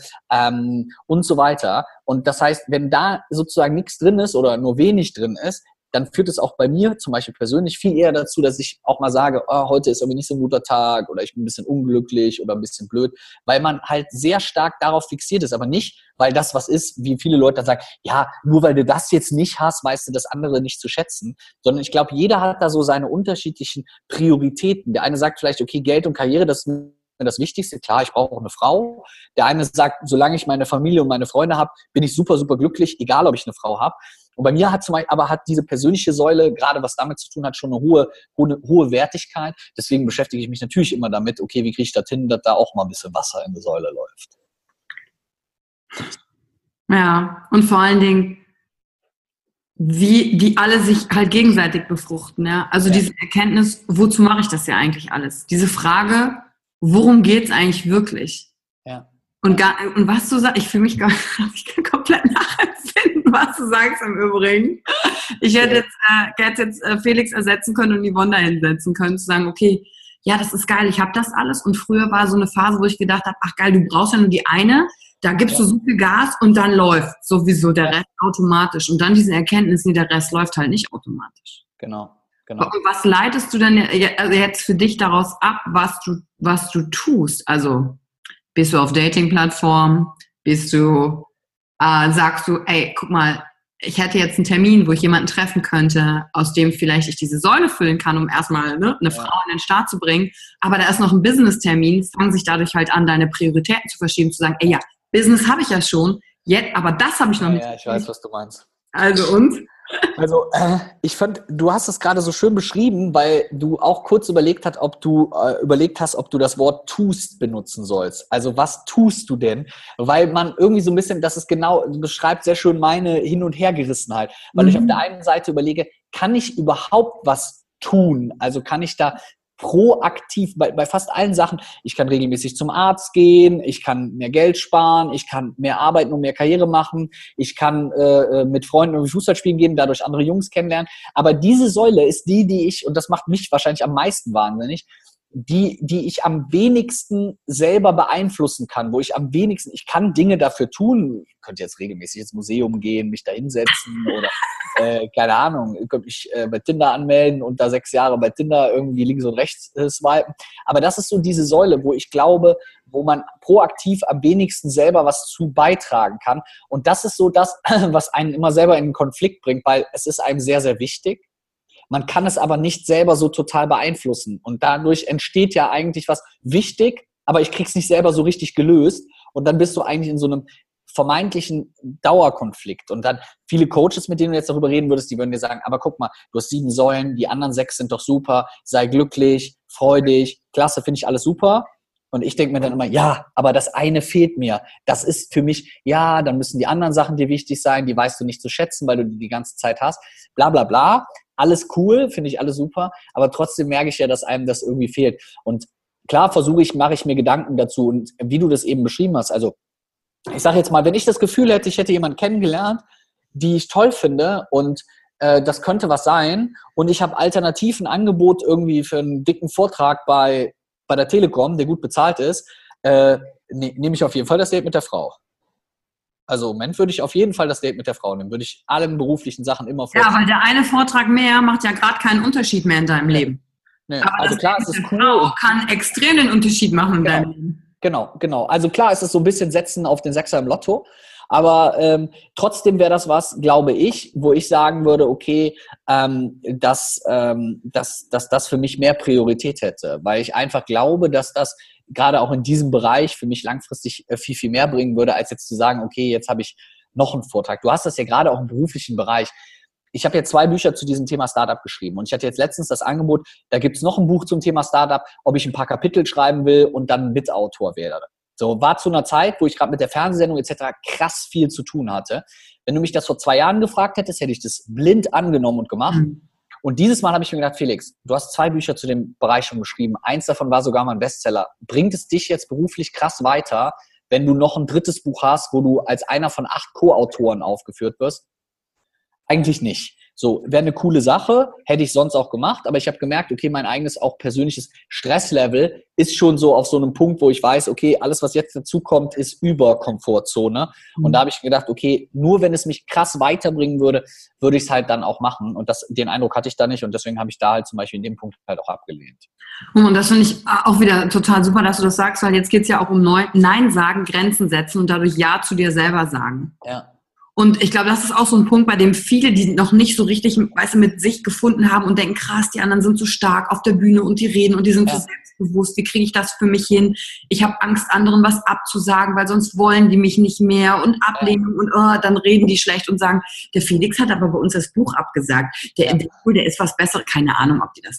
und so weiter. Und das heißt, wenn da sozusagen nichts drin ist oder nur wenig drin ist, dann führt es auch bei mir zum Beispiel persönlich viel eher dazu, dass ich auch mal sage, oh, heute ist irgendwie nicht so ein guter Tag oder ich bin ein bisschen unglücklich oder ein bisschen blöd, weil man halt sehr stark darauf fixiert ist, aber nicht, weil das was ist, wie viele Leute dann sagen, ja, nur weil du das jetzt nicht hast, weißt du das andere nicht zu schätzen, sondern ich glaube, jeder hat da so seine unterschiedlichen Prioritäten. Der eine sagt vielleicht, okay, Geld und Karriere, das ist das Wichtigste. Klar, ich brauche auch eine Frau. Der eine sagt, solange ich meine Familie und meine Freunde habe, bin ich super, super glücklich, egal ob ich eine Frau habe. Und bei mir hat zum Beispiel, aber hat diese persönliche Säule, gerade was damit zu tun hat, schon eine hohe Wertigkeit. Deswegen beschäftige ich mich natürlich immer damit, okay, wie kriege ich das hin, dass da auch mal ein bisschen Wasser in die Säule läuft. Ja, und vor allen Dingen, wie die alle sich halt gegenseitig befruchten. Ja? Also diese Erkenntnis, wozu mache ich das ja eigentlich alles? Diese Frage, worum geht es eigentlich wirklich? Ja. Und was du sagst, ich fühle mich ich kann komplett nachempfinden, was du sagst im Übrigen. Ich hätte jetzt Felix ersetzen können und Yvonne da hinsetzen können, zu sagen, okay, ja, das ist geil, ich habe das alles. Und früher war so eine Phase, wo ich gedacht habe, ach geil, du brauchst ja nur die eine, da gibst du so viel Gas und dann läuft sowieso der Rest automatisch. Und dann diese Erkenntnis, nee, der Rest läuft halt nicht automatisch. Genau. Und was leitest du denn jetzt für dich daraus ab, was du tust? Also bist du auf Dating-Plattformen? Sagst du, ey, guck mal, ich hätte jetzt einen Termin, wo ich jemanden treffen könnte, aus dem vielleicht ich diese Säule füllen kann, um erstmal eine Frau in den Start zu bringen. Aber da ist noch ein Business-Termin, fangen sich dadurch halt an, deine Prioritäten zu verschieben, zu sagen, ey, ja, Business habe ich ja schon, jetzt, aber das habe ich noch nicht. Ja, ich weiß, was du meinst. Also und? Also ich fand, du hast es gerade so schön beschrieben, weil du auch kurz überlegt hast, ob du das Wort tust benutzen sollst. Also was tust du denn? Weil man irgendwie so ein bisschen, das ist genau, beschreibt sehr schön meine Hin- und Hergerissenheit. Weil ich auf der einen Seite überlege, kann ich überhaupt was tun? Also kann ich da proaktiv bei fast allen Sachen, ich kann regelmäßig zum Arzt gehen, ich kann mehr Geld sparen, ich kann mehr arbeiten und mehr Karriere machen, ich kann mit Freunden irgendwie Fußball spielen gehen, dadurch andere Jungs kennenlernen. Aber diese Säule ist die ich, und das macht mich wahrscheinlich am meisten wahnsinnig, die ich am wenigsten selber beeinflussen kann, wo ich am wenigsten, ich kann Dinge dafür tun, ich könnte jetzt regelmäßig ins Museum gehen, mich da hinsetzen oder keine Ahnung, könnte mich bei Tinder anmelden und da 6 Jahre bei Tinder irgendwie links und rechts swipen. Aber das ist so diese Säule, wo ich glaube, wo man proaktiv am wenigsten selber was zu beitragen kann. Und das ist so das, was einen immer selber in einen Konflikt bringt, weil es ist einem sehr, sehr wichtig. Man kann es aber nicht selber so total beeinflussen. Und dadurch entsteht ja eigentlich was wichtig, aber ich krieg's nicht selber so richtig gelöst. Und dann bist du eigentlich in so einem vermeintlichen Dauerkonflikt. Und dann viele Coaches, mit denen du jetzt darüber reden würdest, die würden dir sagen, aber guck mal, du hast 7 Säulen, die anderen 6 sind doch super, sei glücklich, freu dich, klasse, finde ich alles super. Und ich denke mir dann immer, ja, aber das eine fehlt mir. Das ist für mich, ja, dann müssen die anderen Sachen dir wichtig sein, die weißt du nicht zu schätzen, weil du die ganze Zeit hast. Bla bla bla. Alles cool, finde ich alles super, aber trotzdem merke ich ja, dass einem das irgendwie fehlt. Und klar mache ich mir Gedanken dazu. Und wie du das eben beschrieben hast, also ich sage jetzt mal, wenn ich das Gefühl hätte, ich hätte jemanden kennengelernt, die ich toll finde und das könnte was sein und ich habe alternativ ein Angebot irgendwie für einen dicken Vortrag bei der Telekom, der gut bezahlt ist, nehme ich auf jeden Fall das Date mit der Frau. Also im Moment würde ich auf jeden Fall das Date mit der Frau nehmen. Würde ich allen beruflichen Sachen immer vorziehen. Ja, weil der eine Vortrag mehr macht ja gerade keinen Unterschied mehr in deinem Leben. Nee. Aber Also klar, es ist cool. Frau kann extrem den Unterschied machen in deinem Leben. Genau. Also klar, es ist so ein bisschen Setzen auf den Sechser im Lotto. Aber trotzdem wäre das was, glaube ich, wo ich sagen würde, okay, dass das für mich mehr Priorität hätte. Weil ich einfach glaube, dass das gerade auch in diesem Bereich für mich langfristig viel, viel mehr bringen würde, als jetzt zu sagen, okay, jetzt habe ich noch einen Vortrag. Du hast das ja gerade auch im beruflichen Bereich. Ich habe jetzt 2 Bücher zu diesem Thema Startup geschrieben und ich hatte jetzt letztens das Angebot, da gibt es noch ein Buch zum Thema Startup, ob ich ein paar Kapitel schreiben will und dann Mitautor werde. So, war zu einer Zeit, wo ich gerade mit der Fernsehsendung etc. krass viel zu tun hatte. Wenn du mich das vor 2 Jahren gefragt hättest, hätte ich das blind angenommen und gemacht. Und dieses Mal habe ich mir gedacht, Felix, du hast 2 Bücher zu dem Bereich schon geschrieben. Eins davon war sogar mal ein Bestseller. Bringt es dich jetzt beruflich krass weiter, wenn du noch ein 3. Buch hast, wo du als einer von 8 Co-Autoren aufgeführt wirst? Eigentlich nicht. So, wäre eine coole Sache, hätte ich sonst auch gemacht, aber ich habe gemerkt, okay, mein eigenes auch persönliches Stresslevel ist schon so auf so einem Punkt, wo ich weiß, okay, alles, was jetzt dazu kommt, ist über Komfortzone. Und da habe ich gedacht, okay, nur wenn es mich krass weiterbringen würde, würde ich es halt dann auch machen. Und den Eindruck hatte ich da nicht und deswegen habe ich da halt zum Beispiel in dem Punkt halt auch abgelehnt. Und das finde ich auch wieder total super, dass du das sagst, weil jetzt geht es ja auch um Nein sagen, Grenzen setzen und dadurch Ja zu dir selber sagen. Ja. Und ich glaube, das ist auch so ein Punkt, bei dem viele, die noch nicht so richtig, weißt du, mit sich gefunden haben und denken, krass, die anderen sind so stark auf der Bühne und die reden und die sind so selbstbewusst. Wie kriege ich das für mich hin? Ich habe Angst, anderen was abzusagen, weil sonst wollen die mich nicht mehr und Ablehnung und dann reden die schlecht und sagen, der Felix hat aber bei uns das Buch abgesagt. Der ist was Besseres. Keine Ahnung, ob die das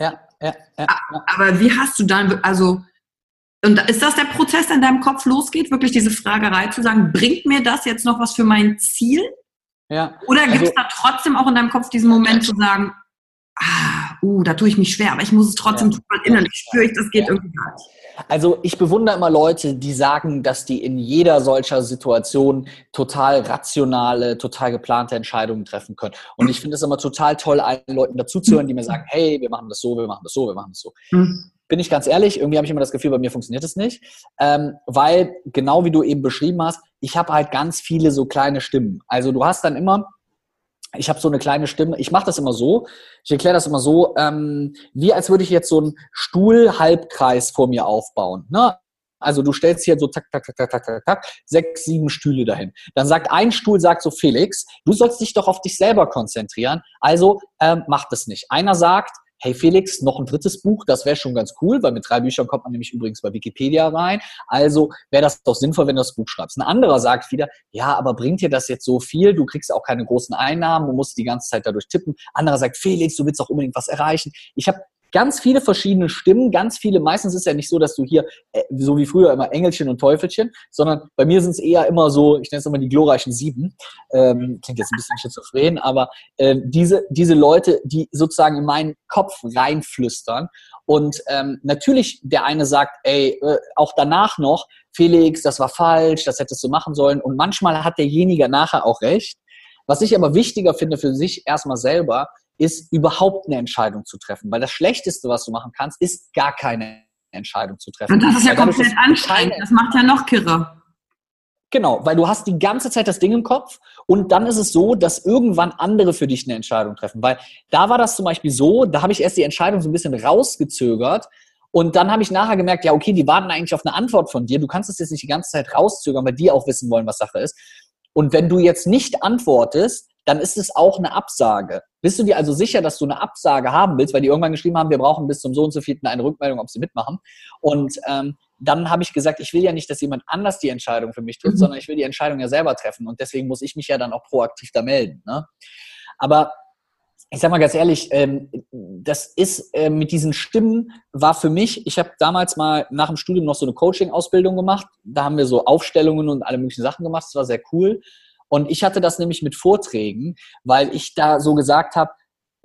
Aber wie hast du dann, also und ist das der Prozess, der in deinem Kopf losgeht, wirklich diese Fragerei zu sagen, bringt mir das jetzt noch was für mein Ziel? Ja. Oder gibt es da trotzdem auch in deinem Kopf diesen Moment zu sagen, da tue ich mich schwer, aber ich muss es trotzdem tun, weil innerlich spüre ich, das geht irgendwie gar nicht. Also ich bewundere immer Leute, die sagen, dass die in jeder solcher Situation total rationale, total geplante Entscheidungen treffen können. Und ich finde es immer total toll, allen Leuten dazuzuhören, die mir sagen, hey, wir machen das so, wir machen das so, wir machen das so. Bin ich ganz ehrlich, irgendwie habe ich immer das Gefühl, bei mir funktioniert es nicht, weil genau wie du eben beschrieben hast, ich habe halt ganz viele so kleine Stimmen. Also du hast dann immer, ich habe so eine kleine Stimme, ich mache das immer so, ich erkläre das immer so, wie als würde ich jetzt so einen Stuhl-Halbkreis vor mir aufbauen, ne? Also du stellst hier so 6, 7 Stühle dahin. Dann sagt ein Stuhl, so Felix, du sollst dich doch auf dich selber konzentrieren, also mach das nicht. Einer sagt, hey Felix, noch ein 3. Buch, das wäre schon ganz cool, weil mit 3 Büchern kommt man nämlich übrigens bei Wikipedia rein. Also wäre das doch sinnvoll, wenn du das Buch schreibst. Ein anderer sagt wieder, ja, aber bringt dir das jetzt so viel? Du kriegst auch keine großen Einnahmen, du musst die ganze Zeit dadurch tippen. Anderer sagt, Felix, du willst doch unbedingt was erreichen. Ich habe ganz viele verschiedene Stimmen, ganz viele, meistens ist es ja nicht so, dass du hier, so wie früher immer Engelchen und Teufelchen, sondern bei mir sind es eher immer so, ich nenne es immer die glorreichen 7, klingt jetzt ein bisschen schizophren, aber diese Leute, die sozusagen in meinen Kopf reinflüstern und natürlich der eine sagt, ey, auch danach noch, Felix, das war falsch, das hättest du machen sollen und manchmal hat derjenige nachher auch recht. Was ich aber wichtiger finde für sich erstmal selber, ist überhaupt eine Entscheidung zu treffen. Weil das Schlechteste, was du machen kannst, ist gar keine Entscheidung zu treffen. Und das ist ja komplett anstrengend. keine, Das macht ja noch kirre. Genau, weil du hast die ganze Zeit das Ding im Kopf und dann ist es so, dass irgendwann andere für dich eine Entscheidung treffen. Weil da war das zum Beispiel so, da habe ich erst die Entscheidung so ein bisschen rausgezögert und dann habe ich nachher gemerkt, ja okay, die warten eigentlich auf eine Antwort von dir. Du kannst es jetzt nicht die ganze Zeit rauszögern, weil die auch wissen wollen, was Sache ist. Und wenn du jetzt nicht antwortest, dann ist es auch eine Absage. Bist du dir also sicher, dass du eine Absage haben willst, weil die irgendwann geschrieben haben, wir brauchen bis zum so und so vierten eine Rückmeldung, ob sie mitmachen. Und dann habe ich gesagt, ich will ja nicht, dass jemand anders die Entscheidung für mich trifft, sondern ich will die Entscheidung ja selber treffen. Und deswegen muss ich mich ja dann auch proaktiv da melden. Ne? Aber ich sag mal ganz ehrlich, das ist mit diesen Stimmen war für mich, ich habe damals mal nach dem Studium noch so eine Coaching-Ausbildung gemacht. Da haben wir so Aufstellungen und alle möglichen Sachen gemacht. Das war sehr cool. Und ich hatte das nämlich mit Vorträgen, weil ich da so gesagt habe,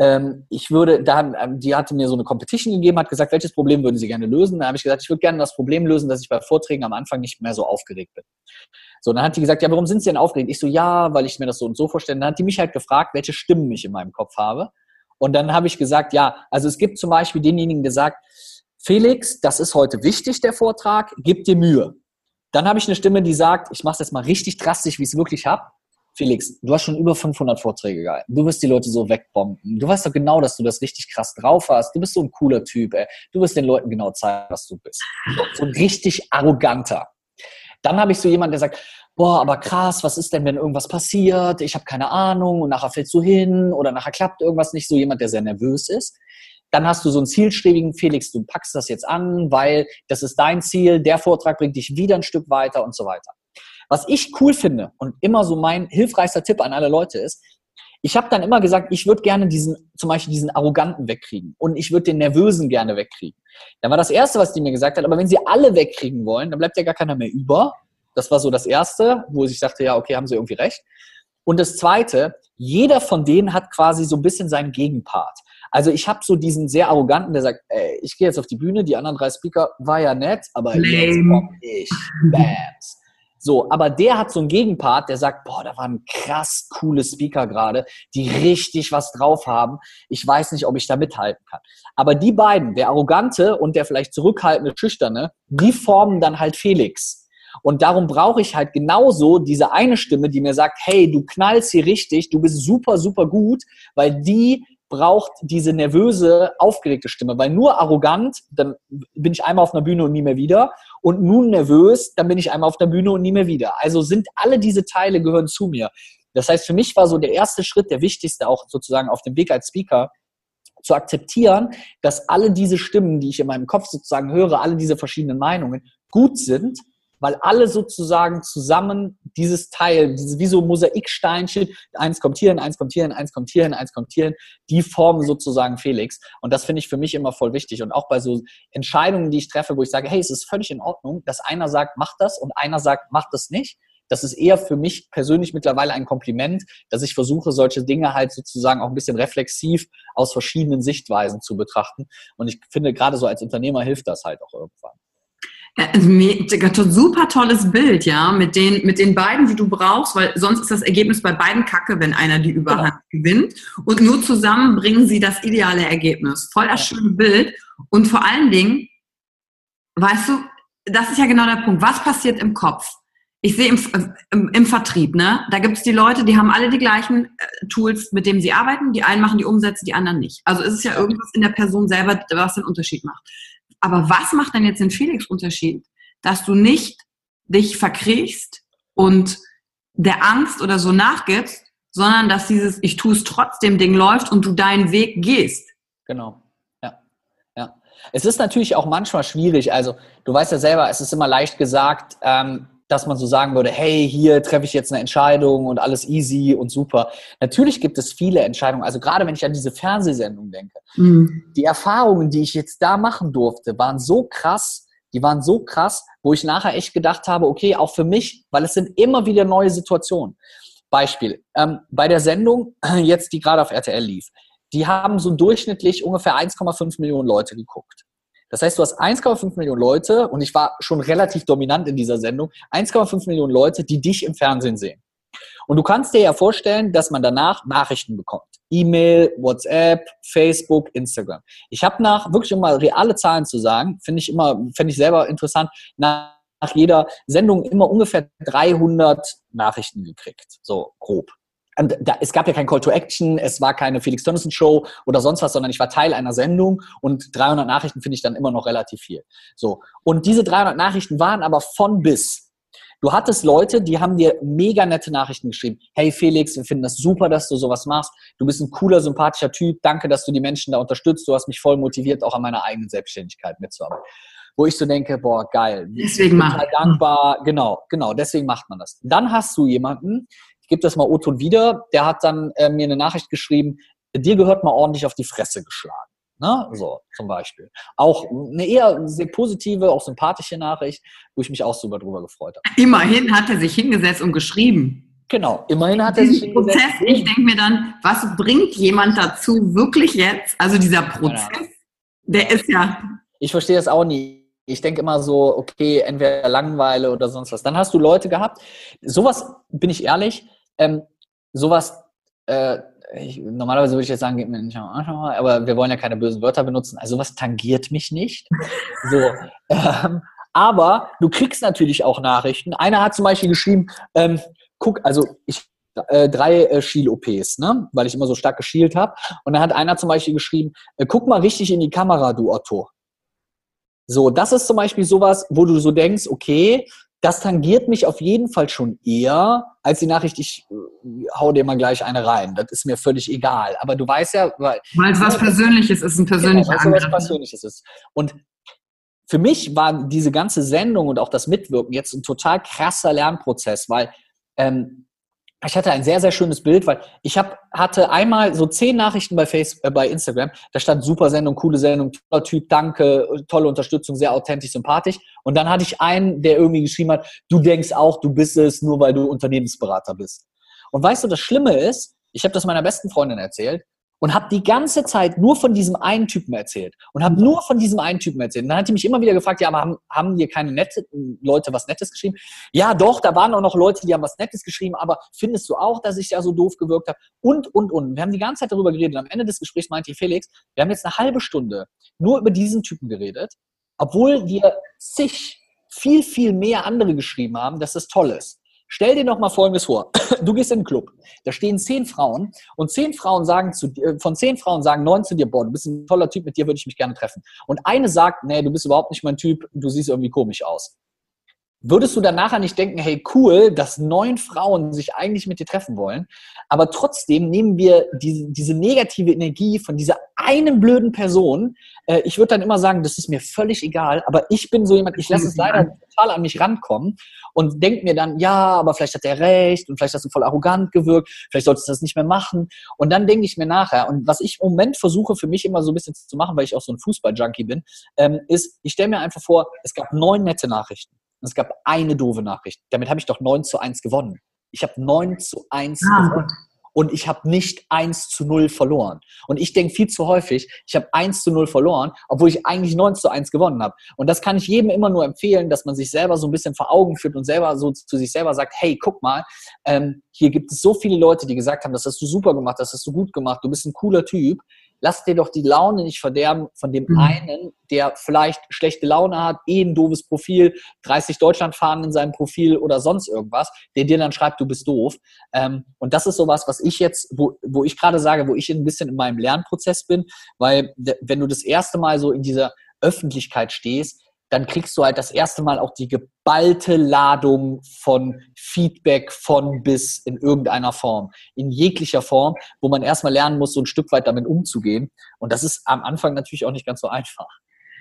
die hatte mir so eine Competition gegeben, hat gesagt, welches Problem würden Sie gerne lösen? Da habe ich gesagt, ich würde gerne das Problem lösen, dass ich bei Vorträgen am Anfang nicht mehr so aufgeregt bin. So, dann hat die gesagt, ja, warum sind Sie denn aufgeregt? Ich so, ja, weil ich mir das so und so vorstelle. Dann hat die mich halt gefragt, welche Stimmen ich in meinem Kopf habe. Und dann habe ich gesagt, ja, also es gibt zum Beispiel denjenigen, der sagt, Felix, das ist heute wichtig, der Vortrag, gib dir Mühe. Dann habe ich eine Stimme, die sagt, ich mache es jetzt mal richtig drastisch, wie ich es wirklich habe. Felix, du hast schon über 500 Vorträge gehalten. Du wirst die Leute so wegbomben. Du weißt doch genau, dass du das richtig krass drauf hast. Du bist so ein cooler Typ, ey. Du wirst den Leuten genau zeigen, was du bist. So ein richtig arroganter. Dann habe ich so jemanden, der sagt, boah, aber krass, was ist denn, wenn irgendwas passiert? Ich habe keine Ahnung und nachher fällst du hin oder nachher klappt irgendwas nicht. So jemand, der sehr nervös ist. Dann hast du so einen zielstrebigen Felix, du packst das jetzt an, weil das ist dein Ziel, der Vortrag bringt dich wieder ein Stück weiter und so weiter. Was ich cool finde und immer so mein hilfreichster Tipp an alle Leute ist, ich habe dann immer gesagt, ich würde gerne zum Beispiel diesen Arroganten wegkriegen und ich würde den Nervösen gerne wegkriegen. Dann war das Erste, was die mir gesagt hat, aber wenn sie alle wegkriegen wollen, dann bleibt ja gar keiner mehr über. Das war so das Erste, wo ich dachte, ja, okay, haben sie irgendwie recht. Und das Zweite, jeder von denen hat quasi so ein bisschen seinen Gegenpart. Also ich habe so diesen sehr Arroganten, der sagt, ey, ich gehe jetzt auf die Bühne, die anderen 3 Speaker, war ja nett, aber jetzt komm ich. Bams. So, aber der hat so einen Gegenpart, der sagt, boah, da waren krass coole Speaker gerade, die richtig was drauf haben. Ich weiß nicht, ob ich da mithalten kann. Aber die beiden, der Arrogante und der vielleicht zurückhaltende, Schüchterne, die formen dann halt Felix. Und darum brauche ich halt genauso diese eine Stimme, die mir sagt, hey, du knallst hier richtig, du bist super, super gut, weil die braucht diese nervöse, aufgeregte Stimme. Weil nur arrogant, dann bin ich einmal auf einer Bühne und nie mehr wieder. Und nun nervös, dann bin ich einmal auf der Bühne und nie mehr wieder. Also sind alle diese Teile gehören zu mir. Das heißt, für mich war so der erste Schritt, der wichtigste auch sozusagen auf dem Weg als Speaker, zu akzeptieren, dass alle diese Stimmen, die ich in meinem Kopf sozusagen höre, alle diese verschiedenen Meinungen gut sind, weil alle sozusagen zusammen dieses Teil, wie so Mosaiksteinchen, eins kommt hierhin, eins kommt hierhin, eins kommt hierhin, eins kommt hierhin, die formen sozusagen Felix. Und das finde ich für mich immer voll wichtig. Und auch bei so Entscheidungen, die ich treffe, wo ich sage, hey, es ist völlig in Ordnung, dass einer sagt, mach das und einer sagt, mach das nicht. Das ist eher für mich persönlich mittlerweile ein Kompliment, dass ich versuche, solche Dinge halt sozusagen auch ein bisschen reflexiv aus verschiedenen Sichtweisen zu betrachten. Und ich finde, gerade so als Unternehmer hilft das halt auch irgendwann. Super tolles Bild, ja, mit den beiden, die du brauchst, weil sonst ist das Ergebnis bei beiden kacke, wenn einer die Überhand gewinnt. Und nur zusammen bringen sie das ideale Ergebnis. Voll das schöne Bild. Und vor allen Dingen, weißt du, das ist ja genau der Punkt. Was passiert im Kopf? Ich sehe im Vertrieb, ne, da gibt es die Leute, die haben alle die gleichen Tools, mit denen sie arbeiten. Die einen machen die Umsätze, die anderen nicht. Also ist es ja irgendwas in der Person selber, was den Unterschied macht. Aber was macht denn jetzt den Felix Unterschied? Dass du nicht dich verkriechst und der Angst oder so nachgibst, sondern dass dieses Ich tue es trotzdem Ding läuft und du deinen Weg gehst. Genau, ja. Es ist natürlich auch manchmal schwierig, also du weißt ja selber, es ist immer leicht gesagt, dass man so sagen würde, hey, hier treffe ich jetzt eine Entscheidung und alles easy und super. Natürlich gibt es viele Entscheidungen, also gerade wenn ich an diese Fernsehsendung denke, die Erfahrungen, die ich jetzt da machen durfte, waren so krass, wo ich nachher echt gedacht habe, okay, auch für mich, weil es sind immer wieder neue Situationen. Beispiel, bei der Sendung jetzt, die gerade auf RTL lief, die haben so durchschnittlich ungefähr 1,5 Millionen Leute geguckt. Das heißt, du hast 1,5 Millionen Leute, und ich war schon relativ dominant in dieser Sendung, 1,5 Millionen Leute, die dich im Fernsehen sehen. Und du kannst dir ja vorstellen, dass man danach Nachrichten bekommt. E-Mail, WhatsApp, Facebook, Instagram. Ich habe wirklich, um mal reale Zahlen zu sagen, finde ich selber interessant, nach jeder Sendung immer ungefähr 300 Nachrichten gekriegt, so grob. Und es gab ja kein Call to Action, es war keine Felix Tönnissen Show oder sonst was, sondern ich war Teil einer Sendung und 300 Nachrichten finde ich dann immer noch relativ viel. So. Und diese 300 Nachrichten waren aber von bis. Du hattest Leute, die haben dir mega nette Nachrichten geschrieben. Hey Felix, wir finden das super, dass du sowas machst. Du bist ein cooler, sympathischer Typ. Danke, dass du die Menschen da unterstützt. Du hast mich voll motiviert, auch an meiner eigenen Selbstständigkeit mitzuarbeiten. Wo ich so denke, boah, geil. Deswegen ich bin total dankbar. Genau, deswegen macht man das. Dann hast du jemanden, ich gebe das mal O-Ton wieder, der hat dann mir eine Nachricht geschrieben, dir gehört mal ordentlich auf die Fresse geschlagen. Ne? So, zum Beispiel. Auch eine eher sehr positive, auch sympathische Nachricht, wo ich mich auch super drüber gefreut habe. Immerhin hat er sich hingesetzt und geschrieben. Genau, immerhin hat er sich hingesetzt. Prozess, ich denke mir dann, was bringt jemand dazu wirklich jetzt? Also dieser Prozess, der ist ja... Ich verstehe das auch nie. Ich denke immer so, okay, entweder Langeweile oder sonst was. Dann hast du Leute gehabt, sowas, bin ich ehrlich, normalerweise würde ich jetzt sagen, gib mir nicht mal, aber wir wollen ja keine bösen Wörter benutzen. Also sowas tangiert mich nicht. So, aber du kriegst natürlich auch Nachrichten. Einer hat zum Beispiel geschrieben, guck, also ich 3 Schiel-OPs, ne? Weil ich immer so stark geschielt habe. Und dann hat einer zum Beispiel geschrieben, guck mal richtig in die Kamera, du Otto. So, das ist zum Beispiel sowas, wo du so denkst, okay, das tangiert mich auf jeden Fall schon eher, als die Nachricht, ich hau dir mal gleich eine rein. Das ist mir völlig egal. Aber du weißt ja... Weil es was Persönliches ist, ein persönlicher Angriff. Was Persönliches ist. Und für mich war diese ganze Sendung und auch das Mitwirken jetzt ein total krasser Lernprozess, weil ich hatte ein sehr, sehr schönes Bild, weil ich hatte einmal so 10 Nachrichten bei Instagram, da stand super Sendung, coole Sendung, toller Typ, danke, tolle Unterstützung, sehr authentisch, sympathisch. Und dann hatte ich einen, der irgendwie geschrieben hat, du denkst auch, du bist es, nur weil du Unternehmensberater bist. Und weißt du, das Schlimme ist, ich habe das meiner besten Freundin erzählt und habe die ganze Zeit nur von diesem einen Typen erzählt. Und habe nur von diesem einen Typen erzählt. Und dann hat die mich immer wieder gefragt, ja, aber haben dir keine Leute was Nettes geschrieben? Ja, doch, da waren auch noch Leute, die haben was Nettes geschrieben, aber findest du auch, dass ich da so doof gewirkt habe? Und. Wir haben die ganze Zeit darüber geredet. Und am Ende des Gesprächs meinte ich, Felix, wir haben jetzt eine halbe Stunde nur über diesen Typen geredet, obwohl wir viel, viel mehr andere geschrieben haben, dass das toll ist. Stell dir noch mal Folgendes vor. Du gehst in einen Club, da stehen 10 Frauen und 10 Frauen sagen von 10 Frauen sagen 9 zu dir, boah, du bist ein toller Typ, mit dir würde ich mich gerne treffen. Und eine sagt, nee, du bist überhaupt nicht mein Typ, du siehst irgendwie komisch aus. Würdest du dann nachher nicht denken, hey, cool, dass 9 Frauen sich eigentlich mit dir treffen wollen, aber trotzdem nehmen wir diese negative Energie von dieser einen blöden Person. Ich würde dann immer sagen, das ist mir völlig egal, aber ich bin so jemand, ich lasse es leider total an mich rankommen und denke mir dann, ja, aber vielleicht hat er recht und vielleicht hast du voll arrogant gewirkt, vielleicht solltest du das nicht mehr machen. Und dann denke ich mir nachher, und was ich im Moment versuche für mich immer so ein bisschen zu machen, weil ich auch so ein Fußball-Junkie bin, ist, ich stelle mir einfach vor, es gab 9 nette Nachrichten. Und es gab eine doofe Nachricht. Damit habe ich doch 9:1 gewonnen. Ich habe 9:1 gewonnen. Und ich habe nicht 1:0 verloren. Und ich denke viel zu häufig, ich habe 1:0 verloren, obwohl ich eigentlich 9:1 gewonnen habe. Und das kann ich jedem immer nur empfehlen, dass man sich selber so ein bisschen vor Augen führt und selber so zu sich selber sagt, hey, guck mal, hier gibt es so viele Leute, die gesagt haben, das hast du super gemacht, das hast du gut gemacht, du bist ein cooler Typ. Lass dir doch die Laune nicht verderben von dem einen, der vielleicht schlechte Laune hat, ein doofes Profil, 30 Deutschlandfahnen in seinem Profil oder sonst irgendwas, der dir dann schreibt, du bist doof. Und das ist sowas, was ich jetzt, wo ich gerade sage, wo ich ein bisschen in meinem Lernprozess bin, weil wenn du das erste Mal so in dieser Öffentlichkeit stehst, dann kriegst du halt das erste Mal auch die geballte Ladung von Feedback von bis in irgendeiner Form, in jeglicher Form, wo man erstmal lernen muss, so ein Stück weit damit umzugehen. Und das ist am Anfang natürlich auch nicht ganz so einfach.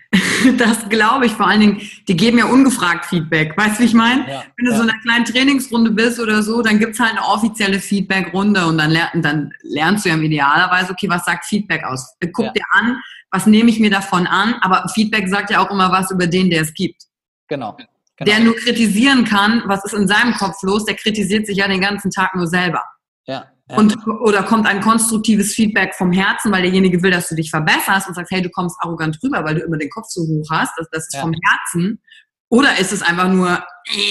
Das glaube ich vor allen Dingen, die geben ja ungefragt Feedback. Weißt du, wie ich meine? Ja, Wenn du so in einer kleinen Trainingsrunde bist oder so, dann gibt's halt eine offizielle Feedbackrunde und dann lernst du ja idealerweise, okay, was sagt Feedback aus? Guck dir an, was nehme ich mir davon an, aber Feedback sagt ja auch immer was über den, der es gibt. Genau. Der nur kritisieren kann, was ist in seinem Kopf los, der kritisiert sich ja den ganzen Tag nur selber. Ja. Oder kommt ein konstruktives Feedback vom Herzen, weil derjenige will, dass du dich verbesserst und sagst, hey, du kommst arrogant rüber, weil du immer den Kopf so hoch hast, das ist vom Herzen. Oder ist es einfach nur,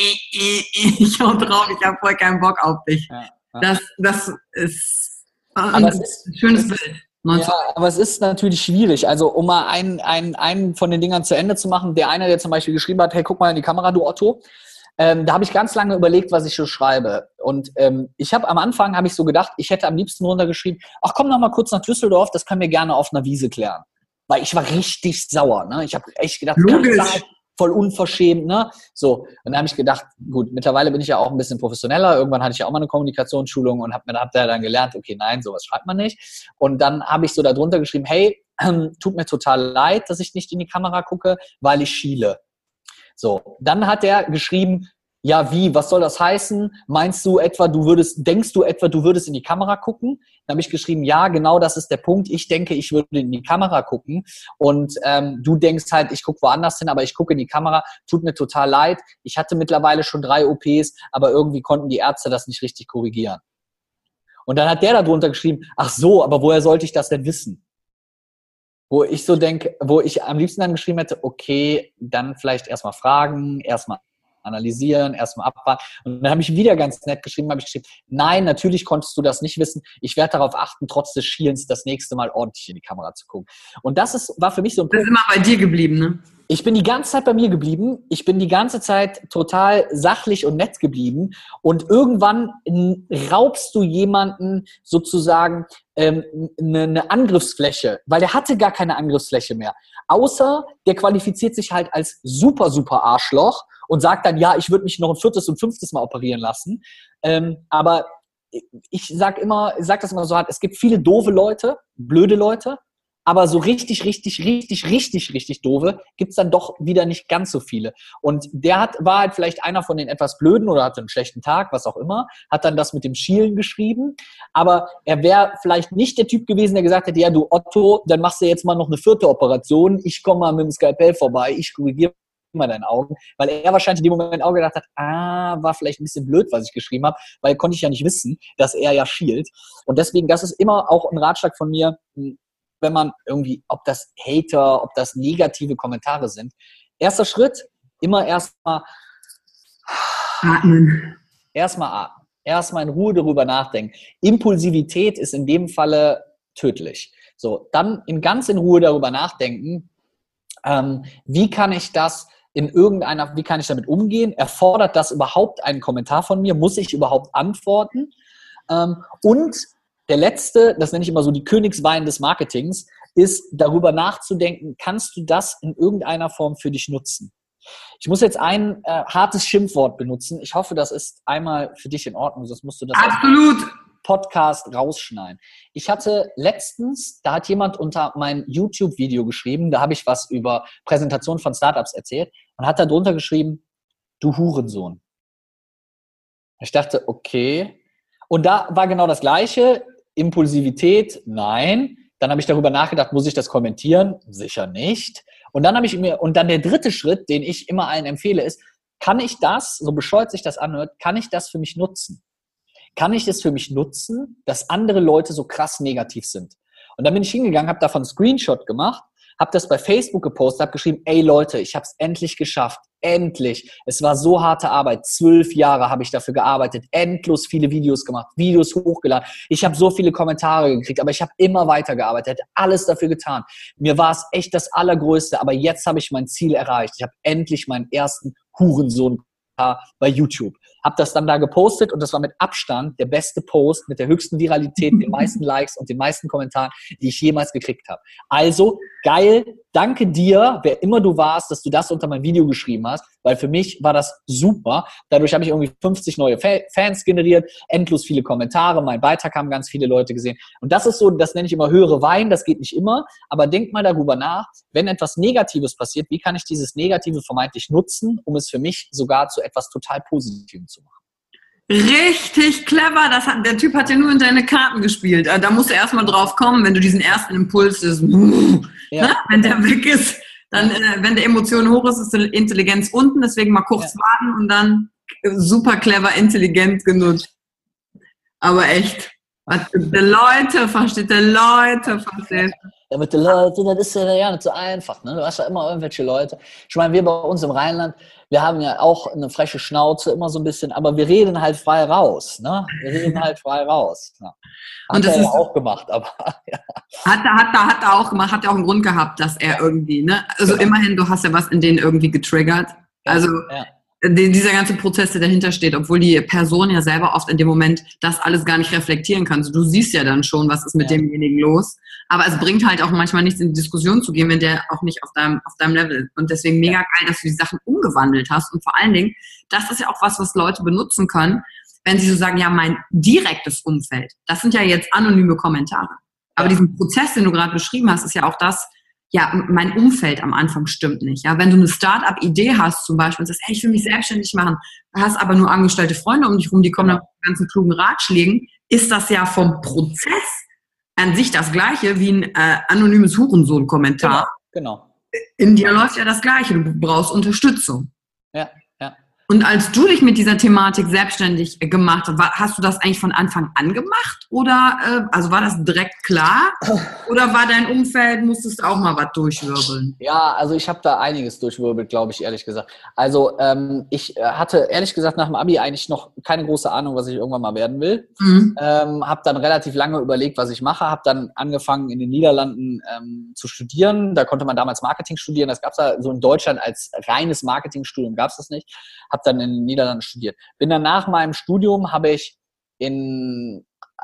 ich hau drauf, ich habe voll keinen Bock auf dich. Das ist ein schönes Bild. Ja, aber es ist natürlich schwierig. Also um mal einen von den Dingern zu Ende zu machen, der eine, der zum Beispiel geschrieben hat, hey, guck mal in die Kamera, du Otto. Da habe ich ganz lange überlegt, was ich so schreibe. Und ich habe am Anfang so gedacht, ich hätte am liebsten runtergeschrieben, ach komm noch mal kurz nach Düsseldorf, das können wir gerne auf einer Wiese klären. Weil ich war richtig sauer. Ne? Ich habe echt gedacht, voll unverschämt. Ne? So, und da habe ich gedacht, gut, mittlerweile bin ich ja auch ein bisschen professioneller. Irgendwann hatte ich ja auch mal eine Kommunikationsschulung und hab da dann gelernt, okay, nein, sowas schreibt man nicht. Und dann habe ich so da drunter geschrieben, hey, tut mir total leid, dass ich nicht in die Kamera gucke, weil ich schiele. So, dann hat er geschrieben, ja wie, was soll das heißen? Denkst du etwa, du würdest in die Kamera gucken? Dann habe ich geschrieben, ja, genau das ist der Punkt. Ich denke, ich würde in die Kamera gucken und du denkst halt, ich gucke woanders hin, aber ich gucke in die Kamera. Tut mir total leid. Ich hatte mittlerweile schon 3 OPs, aber irgendwie konnten die Ärzte das nicht richtig korrigieren. Und dann hat der da drunter geschrieben, ach so, aber woher sollte ich das denn wissen? Wo ich so denke, wo ich am liebsten dann geschrieben hätte, okay, dann vielleicht erstmal fragen, erstmal analysieren, erstmal abwarten. Und dann habe ich wieder ganz nett geschrieben, nein, natürlich konntest du das nicht wissen. Ich werde darauf achten, trotz des Schielens das nächste Mal ordentlich in die Kamera zu gucken. Und das war für mich so ein Punkt. Das ist immer bei dir geblieben, ne? Ich bin die ganze Zeit bei mir geblieben. Ich bin die ganze Zeit total sachlich und nett geblieben. Und irgendwann raubst du jemanden sozusagen eine Angriffsfläche, weil der hatte gar keine Angriffsfläche mehr. Außer der qualifiziert sich halt als super, super Arschloch und sagt dann, ja, ich würde mich noch ein 4. und 5. Mal operieren lassen. Aber ich sag das immer so hart, es gibt viele doofe Leute, blöde Leute, aber so richtig doofe gibt's dann doch wieder nicht ganz so viele. Und der war halt vielleicht einer von den etwas Blöden oder hatte einen schlechten Tag, was auch immer, hat dann das mit dem Schielen geschrieben, aber er wäre vielleicht nicht der Typ gewesen, der gesagt hätte, ja du Otto, dann machst du jetzt mal noch eine 4. Operation, ich komme mal mit dem Skalpell vorbei, ich korrigiere mal deine Augen, weil er wahrscheinlich in dem Moment auch gedacht hat, war vielleicht ein bisschen blöd, was ich geschrieben habe, weil konnte ich ja nicht wissen, dass er ja schielt. Und deswegen, das ist immer auch ein Ratschlag von mir, wenn man irgendwie, ob das Hater, ob das negative Kommentare sind. Erster Schritt, immer erstmal atmen. Erstmal atmen. Erstmal in Ruhe darüber nachdenken. Impulsivität ist in dem Falle tödlich. So, dann ganz in Ruhe darüber nachdenken, wie kann ich damit umgehen? Erfordert das überhaupt einen Kommentar von mir? Muss ich überhaupt antworten? Und der letzte, das nenne ich immer so die Königswein des Marketings, ist darüber nachzudenken, kannst du das in irgendeiner Form für dich nutzen? Ich muss jetzt ein hartes Schimpfwort benutzen. Ich hoffe, das ist einmal für dich in Ordnung, sonst musst du das absolut Podcast rausschneiden. Ich hatte letztens, da hat jemand unter mein YouTube-Video geschrieben, da habe ich was über Präsentation von Startups erzählt und hat da drunter geschrieben, du Hurensohn. Ich dachte, okay. Und da war genau das Gleiche. Impulsivität, nein. Dann habe ich darüber nachgedacht, muss ich das kommentieren? Sicher nicht. Und dann der dritte Schritt, den ich immer allen empfehle, ist, kann ich das, so bescheuert sich das anhört, kann ich das für mich nutzen? Kann ich das für mich nutzen, dass andere Leute so krass negativ sind? Und dann bin ich hingegangen, habe davon einen Screenshot gemacht, habe das bei Facebook gepostet, habe geschrieben, ey Leute, ich habe es endlich geschafft. Endlich. Es war so harte Arbeit. 12 Jahre habe ich dafür gearbeitet. Endlos viele Videos gemacht, Videos hochgeladen. Ich habe so viele Kommentare gekriegt, aber ich habe immer weitergearbeitet, alles dafür getan. Mir war es echt das Allergrößte, aber jetzt habe ich mein Ziel erreicht. Ich habe endlich meinen ersten Hurensohn bei YouTube. Habe das dann da gepostet und das war mit Abstand der beste Post mit der höchsten Viralität, den meisten Likes und den meisten Kommentaren, die ich jemals gekriegt habe. Also, geil, danke dir, wer immer du warst, dass du das unter mein Video geschrieben hast, weil für mich war das super. Dadurch habe ich irgendwie 50 neue Fans generiert, endlos viele Kommentare, mein Beitrag haben ganz viele Leute gesehen. Und das ist so, das nenne ich immer höhere Wein, das geht nicht immer, aber denk mal darüber nach, wenn etwas Negatives passiert, wie kann ich dieses Negative vermeintlich nutzen, um es für mich sogar zu etwas total Positivem zu machen. Richtig clever. Der Typ hat ja nur in deine Karten gespielt. Da musst du erstmal drauf kommen, wenn du diesen ersten Impuls ist, Ja. wenn der weg ist, dann, wenn der Emotion hoch ist, ist die Intelligenz unten. Deswegen mal kurz warten und dann super clever, intelligent genutzt. Aber echt, was die Leute versteht. Ja, mit den Leuten, das ist ja nicht so einfach. Ne? Du hast ja immer irgendwelche Leute. Ich meine, wir bei uns im Rheinland, wir haben ja auch eine freche Schnauze, immer so ein bisschen, aber wir reden halt frei raus. Ne? Wir reden halt frei raus. Ja. Hat er ja auch gemacht, aber ja. Hat er auch gemacht, hat ja auch einen Grund gehabt, dass er irgendwie, ne? Also immerhin, du hast ja was in denen irgendwie getriggert. Also dieser ganze Prozess, der dahinter steht, obwohl die Person ja selber oft in dem Moment das alles gar nicht reflektieren kann. Also du siehst ja dann schon, was ist mit demjenigen los. Aber es bringt halt auch manchmal nichts, in die Diskussion zu gehen, wenn der auch nicht auf deinem Level ist. Und deswegen mega geil, dass du die Sachen umgewandelt hast. Und vor allen Dingen, das ist ja auch was Leute benutzen können, wenn sie so sagen, ja, mein direktes Umfeld, das sind ja jetzt anonyme Kommentare. Aber diesen Prozess, den du gerade beschrieben hast, ist ja auch das, ja, mein Umfeld am Anfang stimmt nicht. Ja, wenn du eine Start-up-Idee hast zum Beispiel und sagst, hey, ich will mich selbstständig machen, hast aber nur angestellte Freunde um dich rum, die kommen dann mit ganzen klugen Ratschlägen, ist das ja vom Prozess an sich das Gleiche wie ein anonymes Hurensohn-Kommentar. Genau. In dir läuft ja das Gleiche. Du brauchst Unterstützung. Ja. Und als du dich mit dieser Thematik selbstständig gemacht hast, hast du das eigentlich von Anfang an gemacht? Oder also war das direkt klar? Oder war dein Umfeld, musstest du auch mal was durchwirbeln? Ja, also ich habe da einiges durchwirbelt, glaube ich, ehrlich gesagt. Also ich hatte ehrlich gesagt nach dem Abi eigentlich noch keine große Ahnung, was ich irgendwann mal werden will. Habe dann relativ lange überlegt, was ich mache. Habe dann angefangen in den Niederlanden zu studieren. Da konnte man damals Marketing studieren. Das gab es da so in Deutschland als reines Marketingstudium, gab es das nicht. Habe dann in den Niederlanden studiert. Bin dann nach meinem Studium, habe ich in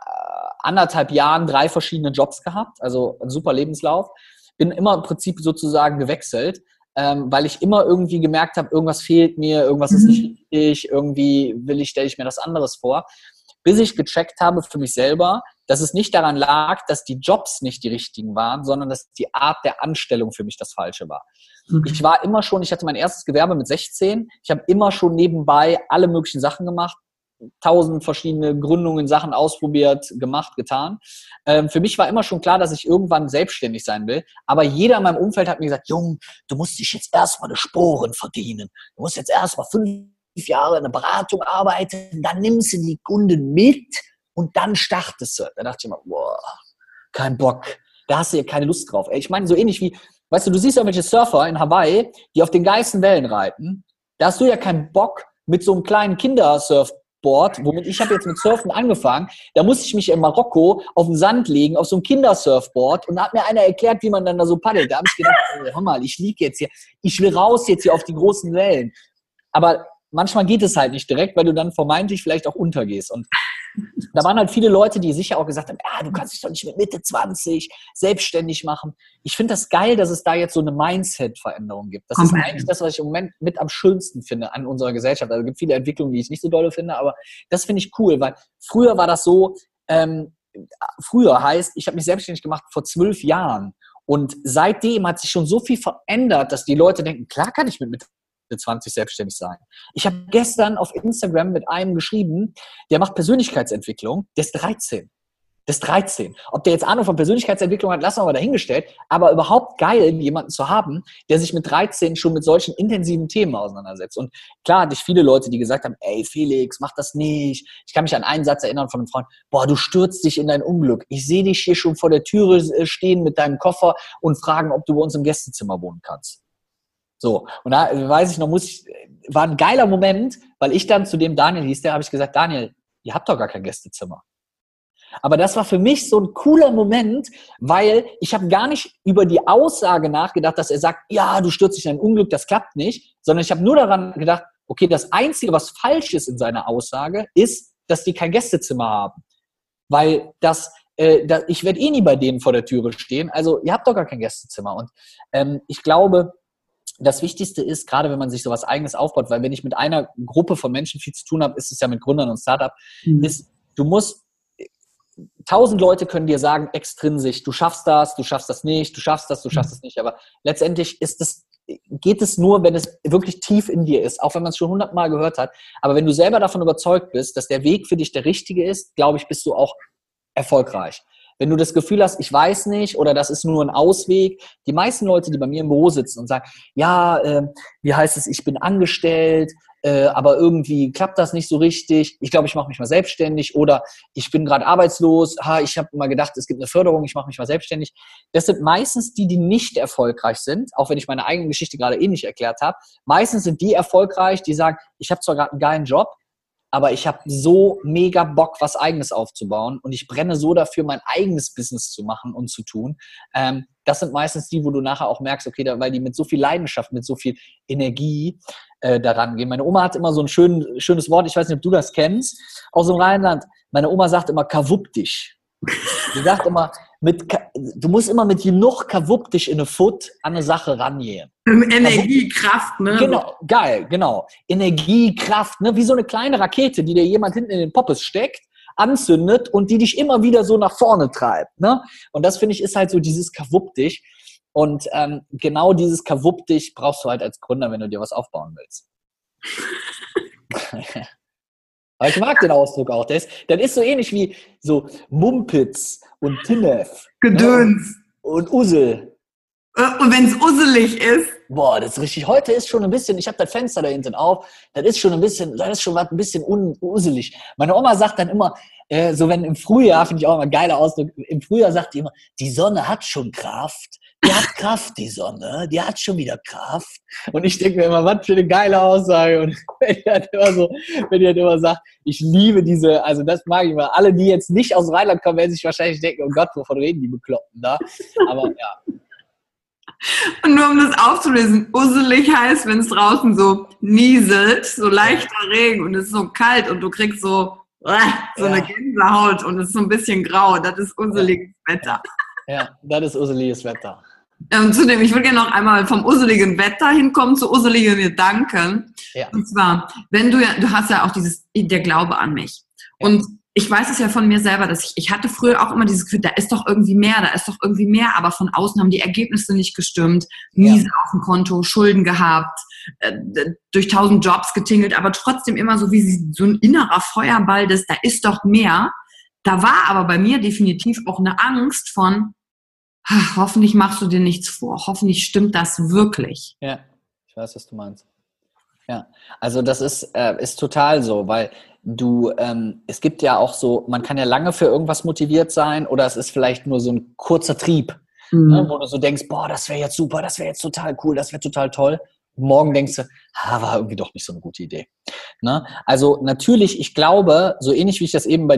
1,5 Jahren 3 verschiedene Jobs gehabt, also ein super Lebenslauf. Bin immer im Prinzip sozusagen gewechselt, weil ich immer irgendwie gemerkt habe, irgendwas fehlt mir, irgendwas ist nicht richtig, irgendwie stelle ich mir das anderes vor. Bis ich gecheckt habe für mich selber, dass es nicht daran lag, dass die Jobs nicht die richtigen waren, sondern dass die Art der Anstellung für mich das Falsche war. Ich war immer schon, ich hatte mein erstes Gewerbe mit 16, ich habe immer schon nebenbei alle möglichen Sachen gemacht, 1000 verschiedene Gründungen, Sachen ausprobiert, gemacht, getan. Für mich war immer schon klar, dass ich irgendwann selbstständig sein will, aber jeder in meinem Umfeld hat mir gesagt, Jung, du musst dich jetzt erstmal eine Sporen verdienen, du musst jetzt erstmal 5 Jahre in der Beratung arbeiten, dann nimmst du die Kunden mit und dann startest du. Da dachte ich immer, boah, kein Bock, da hast du ja keine Lust drauf. Ich meine, so ähnlich wie, weißt du, du siehst ja welche Surfer in Hawaii, die auf den geilsten Wellen reiten, da hast du ja keinen Bock mit so einem kleinen Kindersurfboard, womit ich habe jetzt mit Surfen angefangen, da musste ich mich in Marokko auf den Sand legen, auf so ein Kindersurfboard und da hat mir einer erklärt, wie man dann da so paddelt. Da habe ich gedacht, hör mal, ich liege jetzt hier, ich will raus jetzt hier auf die großen Wellen. Aber manchmal geht es halt nicht direkt, weil du dann vermeintlich vielleicht auch untergehst. Und da waren halt viele Leute, die sicher auch gesagt haben, du kannst dich doch nicht mit Mitte 20 selbstständig machen. Ich finde das geil, dass es da jetzt so eine Mindset-Veränderung gibt. Das ist eigentlich das, was ich im Moment mit am schönsten finde an unserer Gesellschaft. Also es gibt viele Entwicklungen, die ich nicht so dolle finde, aber das finde ich cool, weil früher war das so, früher heißt, ich habe mich selbstständig gemacht vor 12 Jahren. Und seitdem hat sich schon so viel verändert, dass die Leute denken, klar kann ich mit Mitte 20 selbstständig sein. Ich habe gestern auf Instagram mit einem geschrieben, der macht Persönlichkeitsentwicklung, der ist 13. Das 13. Ob der jetzt Ahnung von Persönlichkeitsentwicklung hat, lassen wir mal dahingestellt. Aber überhaupt geil, jemanden zu haben, der sich mit 13 schon mit solchen intensiven Themen auseinandersetzt. Und klar hatte ich viele Leute, die gesagt haben, ey Felix, mach das nicht. Ich kann mich an einen Satz erinnern von einem Freund, boah, du stürzt dich in dein Unglück. Ich sehe dich hier schon vor der Türe stehen mit deinem Koffer und fragen, ob du bei uns im Gästezimmer wohnen kannst. So, und da weiß ich noch, war ein geiler Moment, weil ich dann zu dem Daniel hieß, der habe ich gesagt, Daniel, ihr habt doch gar kein Gästezimmer. Aber das war für mich so ein cooler Moment, weil ich habe gar nicht über die Aussage nachgedacht, dass er sagt, ja, du stürzt dich in ein Unglück, das klappt nicht, sondern ich habe nur daran gedacht, okay, das Einzige, was falsch ist in seiner Aussage, ist, dass die kein Gästezimmer haben. Weil ich werde eh nie bei denen vor der Türe stehen, also ihr habt doch gar kein Gästezimmer. Und ich glaube, das Wichtigste ist, gerade wenn man sich sowas Eigenes aufbaut, weil wenn ich mit einer Gruppe von Menschen viel zu tun habe, ist es ja mit Gründern und Startup, ist, du musst 1000 Leute können dir sagen, extrinsisch, du schaffst das nicht, du schaffst das nicht, aber letztendlich geht es nur, wenn es wirklich tief in dir ist, auch wenn man es schon 100-mal gehört hat, aber wenn du selber davon überzeugt bist, dass der Weg für dich der richtige ist, glaube ich, bist du auch erfolgreich. Wenn du das Gefühl hast, ich weiß nicht oder das ist nur ein Ausweg, die meisten Leute, die bei mir im Büro sitzen und sagen, ja, wie heißt es, ich bin angestellt, aber irgendwie klappt das nicht so richtig, ich glaube, ich mache mich mal selbstständig oder ich bin gerade arbeitslos, ich habe mal gedacht, es gibt eine Förderung, ich mache mich mal selbstständig. Das sind meistens die nicht erfolgreich sind, auch wenn ich meine eigene Geschichte gerade nicht erklärt habe. Meistens sind die erfolgreich, die sagen, ich habe zwar gerade einen geilen Job, aber ich habe so mega Bock, was Eigenes aufzubauen und ich brenne so dafür, mein eigenes Business zu machen und zu tun. Das sind meistens die, wo du nachher auch merkst, okay, weil die mit so viel Leidenschaft, mit so viel Energie daran gehen. Meine Oma hat immer so ein schönes Wort, ich weiß nicht, ob du das kennst, aus dem Rheinland. Meine Oma sagt immer, kawupp dich. Sie sagt immer, du musst immer mit genug kawupp dich in eine Foot an eine Sache rangehen. Energie, Kraft, ne? Genau, geil, genau. Energie, Kraft, ne? Wie so eine kleine Rakete, die dir jemand hinten in den Poppes steckt, anzündet und die dich immer wieder so nach vorne treibt, ne? Und das, finde ich, ist halt so dieses kawupp dich. Und genau dieses kawupp dich brauchst du halt als Gründer, wenn du dir was aufbauen willst. Aber ich mag den Ausdruck auch. Das ist so ähnlich wie so Mumpitz und Tinnef. Gedöns. Ne? Und Ussel. Und wenn es usselig ist. Boah, das ist richtig. Heute ist schon ein bisschen, ich habe das Fenster da hinten auf, das ist schon was ein bisschen unselig. Meine Oma sagt dann immer, so wenn im Frühjahr, finde ich auch immer ein geiler Ausdruck, im Frühjahr sagt die immer, die Sonne hat schon Kraft. Die hat Kraft, die Sonne. Die hat schon wieder Kraft. Und ich denke mir immer, was für eine geile Aussage. Und wenn die halt immer sagt, ich liebe diese, also das mag ich immer. Alle, die jetzt nicht aus Rheinland kommen, werden sich wahrscheinlich denken, oh Gott, wovon reden die Bekloppten da? Aber ja. Und nur um das aufzulösen, usselig heißt, wenn es draußen so nieselt, so leichter Regen und es ist so kalt und du kriegst so eine Gänsehaut und es ist so ein bisschen grau. Das ist usseliges Wetter. Ja, das ist usseliges Wetter. Zudem, ich würde gerne noch einmal vom usseligen Wetter hinkommen zu usseligen Gedanken. Ja. Und zwar, du hast ja auch der Glaube an mich. Ja. Und ich weiß es ja von mir selber, dass ich hatte früher auch immer dieses Gefühl, da ist doch irgendwie mehr, aber von außen haben die Ergebnisse nicht gestimmt, Miese auf dem Konto, Schulden gehabt, durch 1000 Jobs getingelt, aber trotzdem immer so wie so ein innerer Feuerball des, da ist doch mehr. Da war aber bei mir definitiv auch eine Angst von, hoffentlich machst du dir nichts vor, hoffentlich stimmt das wirklich. Ja, ich weiß, was du meinst. Ja, also das ist total so, weil es gibt ja auch so, man kann ja lange für irgendwas motiviert sein oder es ist vielleicht nur so ein kurzer Trieb, ne, wo du so denkst, boah, das wäre jetzt super, das wäre jetzt total cool, das wäre total toll. Und morgen denkst du, war irgendwie doch nicht so eine gute Idee. Ne? Also natürlich, ich glaube, so ähnlich wie ich das eben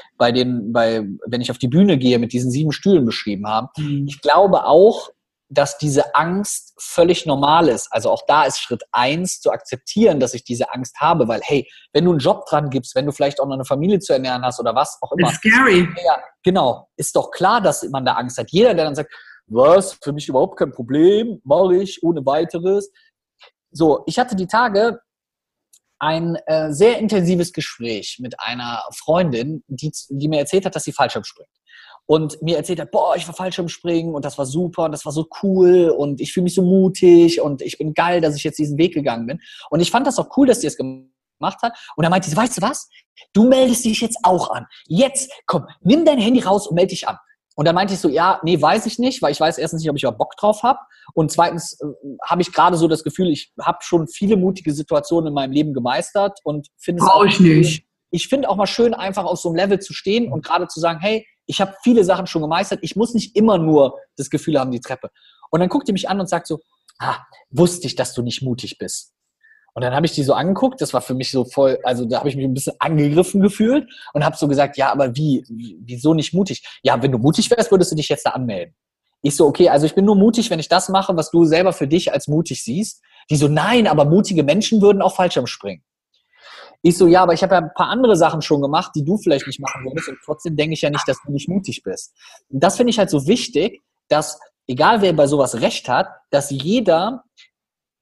wenn ich auf die Bühne gehe, mit diesen 7 Stühlen beschrieben habe, ich glaube auch, dass diese Angst völlig normal ist. Also auch da ist Schritt 1 zu akzeptieren, dass ich diese Angst habe, weil hey, wenn du einen Job dran gibst, wenn du vielleicht auch noch eine Familie zu ernähren hast oder was auch immer. It's scary. Ja, genau. Ist doch klar, dass man da Angst hat. Jeder, der dann sagt, was, für mich überhaupt kein Problem, mache ich ohne weiteres. So, ich hatte die Tage ein sehr intensives Gespräch mit einer Freundin, die mir erzählt hat, dass sie Fallschirm springt. Und mir erzählt hat, boah, ich war Fallschirmspringen und das war super und das war so cool und ich fühle mich so mutig und ich bin geil, dass ich jetzt diesen Weg gegangen bin. Und ich fand das auch cool, dass sie es gemacht hat. Und dann meinte sie, weißt du was? Du meldest dich jetzt auch an. Jetzt, komm, nimm dein Handy raus und melde dich an. Und dann meinte ich so, ja, nee, weiß ich nicht, weil ich weiß erstens nicht, ob ich überhaupt Bock drauf habe. Und zweitens habe ich gerade so das Gefühl, ich habe schon viele mutige Situationen in meinem Leben gemeistert und finde es auch nicht. Ich finde auch mal schön, einfach auf so einem Level zu stehen und gerade zu sagen, hey, ich habe viele Sachen schon gemeistert, ich muss nicht immer nur das Gefühl haben, die Treppe. Und dann guckt die mich an und sagt so, wusste ich, dass du nicht mutig bist. Und dann habe ich die so angeguckt, das war für mich so voll, also da habe ich mich ein bisschen angegriffen gefühlt und habe so gesagt, ja, aber wieso nicht mutig? Ja, wenn du mutig wärst, würdest du dich jetzt da anmelden. Ich so, okay, also ich bin nur mutig, wenn ich das mache, was du selber für dich als mutig siehst. Die so, nein, aber mutige Menschen würden auch Fallschirm springen. Ich so, ja, aber ich habe ja ein paar andere Sachen schon gemacht, die du vielleicht nicht machen würdest und trotzdem denke ich ja nicht, dass du nicht mutig bist. Und das finde ich halt so wichtig, dass, egal wer bei sowas Recht hat, dass jeder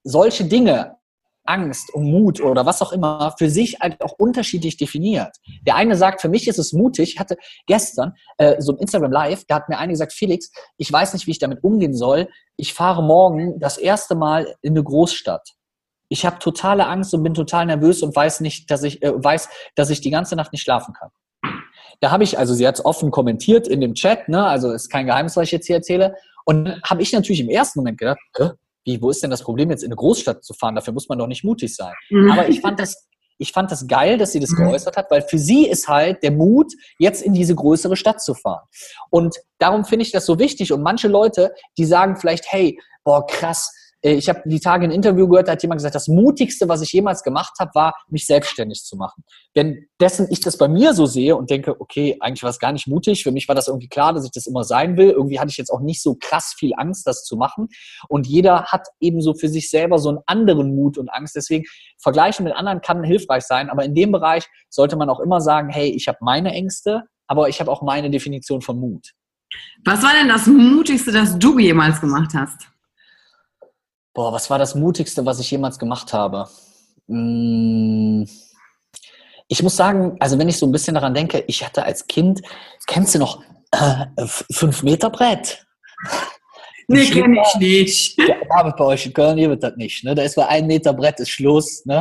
solche Dinge, Angst und Mut oder was auch immer, für sich halt auch unterschiedlich definiert. Der eine sagt, für mich ist es mutig. Ich hatte gestern so ein Instagram Live, da hat mir einer gesagt, Felix, ich weiß nicht, wie ich damit umgehen soll. Ich fahre morgen das erste Mal in eine Großstadt. Ich habe totale Angst und bin total nervös und weiß nicht, dass ich die ganze Nacht nicht schlafen kann. Da habe ich, also sie hat es offen kommentiert in dem Chat, ne? Also ist kein Geheimnis, was ich jetzt hier erzähle. Und dann habe ich natürlich im ersten Moment gedacht, wo ist denn das Problem, jetzt in eine Großstadt zu fahren? Dafür muss man doch nicht mutig sein. Aber ich fand das geil, dass sie das geäußert hat, weil für sie ist halt der Mut, jetzt in diese größere Stadt zu fahren. Und darum finde ich das so wichtig. Und manche Leute, die sagen vielleicht, hey, boah, krass, ich habe die Tage ein Interview gehört, da hat jemand gesagt, das Mutigste, was ich jemals gemacht habe, war, mich selbstständig zu machen. Wenn ich das bei mir so sehe und denke, okay, eigentlich war es gar nicht mutig, für mich war das irgendwie klar, dass ich das immer sein will. Irgendwie hatte ich jetzt auch nicht so krass viel Angst, das zu machen. Und jeder hat eben so für sich selber so einen anderen Mut und Angst. Deswegen, Vergleichen mit anderen kann hilfreich sein. Aber in dem Bereich sollte man auch immer sagen, hey, ich habe meine Ängste, aber ich habe auch meine Definition von Mut. Was war denn das Mutigste, das du jemals gemacht hast? Boah, was war das Mutigste, was ich jemals gemacht habe? Ich muss sagen, also wenn ich so ein bisschen daran denke, ich hatte als Kind, kennst du noch 5-Meter-Brett? Nee, kenn ich nicht. Ja, aber bei euch in Köln, ihr wird das nicht, ne? Da ist bei 1 Meter Brett ist Schluss, ne?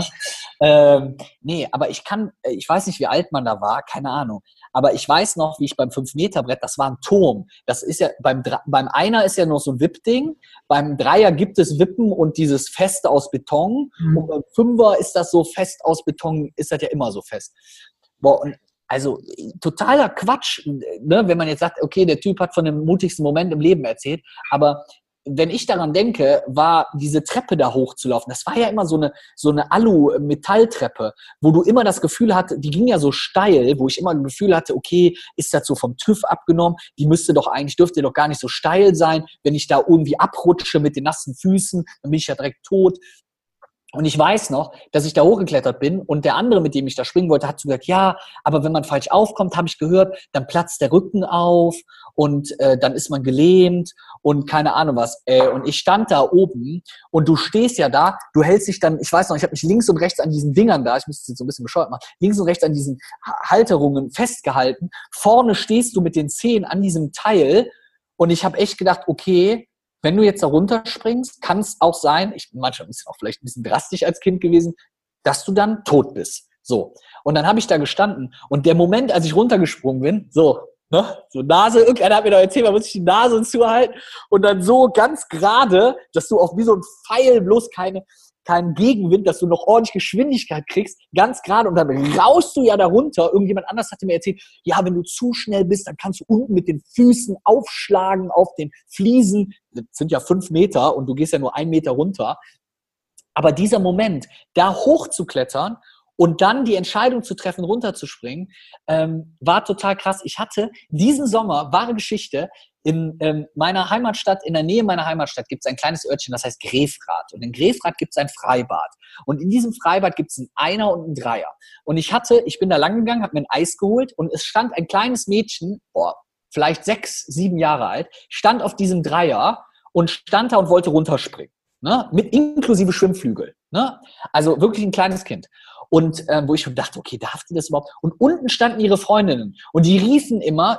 Nee, aber ich weiß nicht, wie alt man da war, keine Ahnung. Aber ich weiß noch, wie ich beim 5-Meter-Brett, das war ein Turm. Das ist ja, beim Einer ist ja noch so ein Wippding. Beim Dreier gibt es Wippen und dieses Feste aus Beton. Und beim Fünfer ist das so fest aus Beton, ist das ja immer so fest. Boah, und also totaler Quatsch, ne? Wenn man jetzt sagt, okay, der Typ hat von dem mutigsten Moment im Leben erzählt, aber wenn ich daran denke, war diese Treppe da hochzulaufen, das war ja immer so eine Alu-Metalltreppe, wo du immer das Gefühl hatte, die ging ja so steil, wo ich immer das Gefühl hatte, okay, ist das so vom TÜV abgenommen? Die dürfte doch gar nicht so steil sein. Wenn ich da irgendwie abrutsche mit den nassen Füßen, dann bin ich ja direkt tot. Und ich weiß noch, dass ich da hochgeklettert bin und der andere, mit dem ich da springen wollte, hat so gesagt, ja, aber wenn man falsch aufkommt, habe ich gehört, dann platzt der Rücken auf und dann ist man gelähmt und keine Ahnung was. Und ich stand da oben und du stehst ja da, du hältst dich dann, ich weiß noch, ich habe mich links und rechts an diesen Dingern da, ich müsste es jetzt so ein bisschen bescheuert machen, links und rechts an diesen Halterungen festgehalten. Vorne stehst du mit den Zehen an diesem Teil und ich habe echt gedacht, okay, wenn du jetzt da runterspringst, kann es auch sein, manchmal ist es auch vielleicht ein bisschen drastisch als Kind gewesen, dass du dann tot bist. So. Und dann habe ich da gestanden und der Moment, als ich runtergesprungen bin, so Nase, irgendeiner hat mir doch erzählt, man muss sich die Nase zuhalten und dann so ganz gerade, dass du auch wie so ein Pfeil, bloß keinen Gegenwind, dass du noch ordentlich Geschwindigkeit kriegst, ganz gerade und dann raust du ja da runter. Irgendjemand anders hatte mir erzählt, ja, wenn du zu schnell bist, dann kannst du unten mit den Füßen aufschlagen auf den Fliesen. Das sind ja 5 Meter und du gehst ja nur 1 Meter runter. Aber dieser Moment, da hochzuklettern und dann die Entscheidung zu treffen, runterzuspringen, war total krass. Ich hatte diesen Sommer, wahre Geschichte, in meiner Heimatstadt, in der Nähe meiner Heimatstadt gibt es ein kleines Örtchen, das heißt Grefrath. Und in Grefrath gibt es ein Freibad. Und in diesem Freibad gibt es einen Einer und einen Dreier. Und ich bin da lang gegangen, habe mir ein Eis geholt und es stand ein kleines Mädchen, vielleicht 6, 7 Jahre alt, stand auf diesem Dreier und stand da und wollte runterspringen. Ne? Mit inklusive Schwimmflügel. Ne? Also wirklich ein kleines Kind. Und wo ich schon dachte, okay, darf die das überhaupt? Und unten standen ihre Freundinnen und die riefen immer,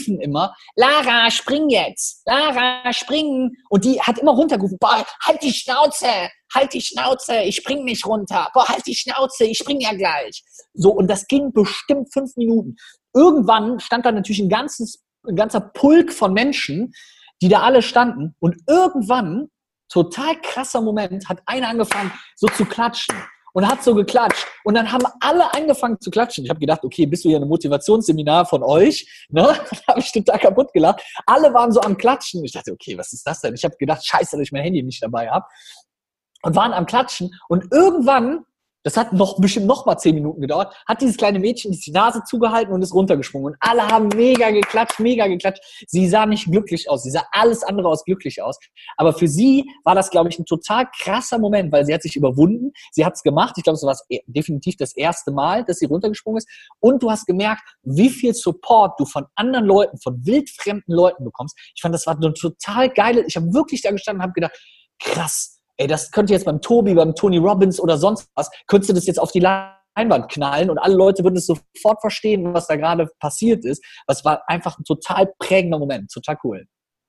Lara, spring jetzt! Lara, springen! Und die hat immer runtergerufen, boah, halt die Schnauze, ich spring nicht runter. Boah, halt die Schnauze, ich spring ja gleich. So, und das ging bestimmt 5 Minuten. Irgendwann stand da natürlich ein ganzer Pulk von Menschen, die da alle standen. Und irgendwann, total krasser Moment, hat einer angefangen, so zu klatschen. Und hat so geklatscht. Und dann haben alle angefangen zu klatschen. Ich habe gedacht, okay, bist du hier ein Motivationsseminar von euch? Ne? Da habe ich total kaputt gelacht. Alle waren so am Klatschen. Ich dachte, okay, was ist das denn? Ich habe gedacht, scheiße, dass ich mein Handy nicht dabei habe. Und waren am Klatschen. Und irgendwann, das hat bestimmt noch mal 10 Minuten gedauert, hat dieses kleine Mädchen die Nase zugehalten und ist runtergesprungen. Und alle haben mega geklatscht. Sie sah nicht glücklich aus. Sie sah alles andere als glücklich aus. Aber für sie war das, glaube ich, ein total krasser Moment, weil sie hat sich überwunden. Sie hat es gemacht. Ich glaube, es war definitiv das erste Mal, dass sie runtergesprungen ist. Und du hast gemerkt, wie viel Support du von anderen Leuten, von wildfremden Leuten bekommst. Ich fand, das war eine total geile. Ich habe wirklich da gestanden und habe gedacht, krass. ey, das könnte jetzt beim Tobi, beim Tony Robbins oder sonst was, könntest du das jetzt auf die Leinwand knallen und alle Leute würden es sofort verstehen, was da gerade passiert ist. Das war einfach ein total prägender Moment, total cool.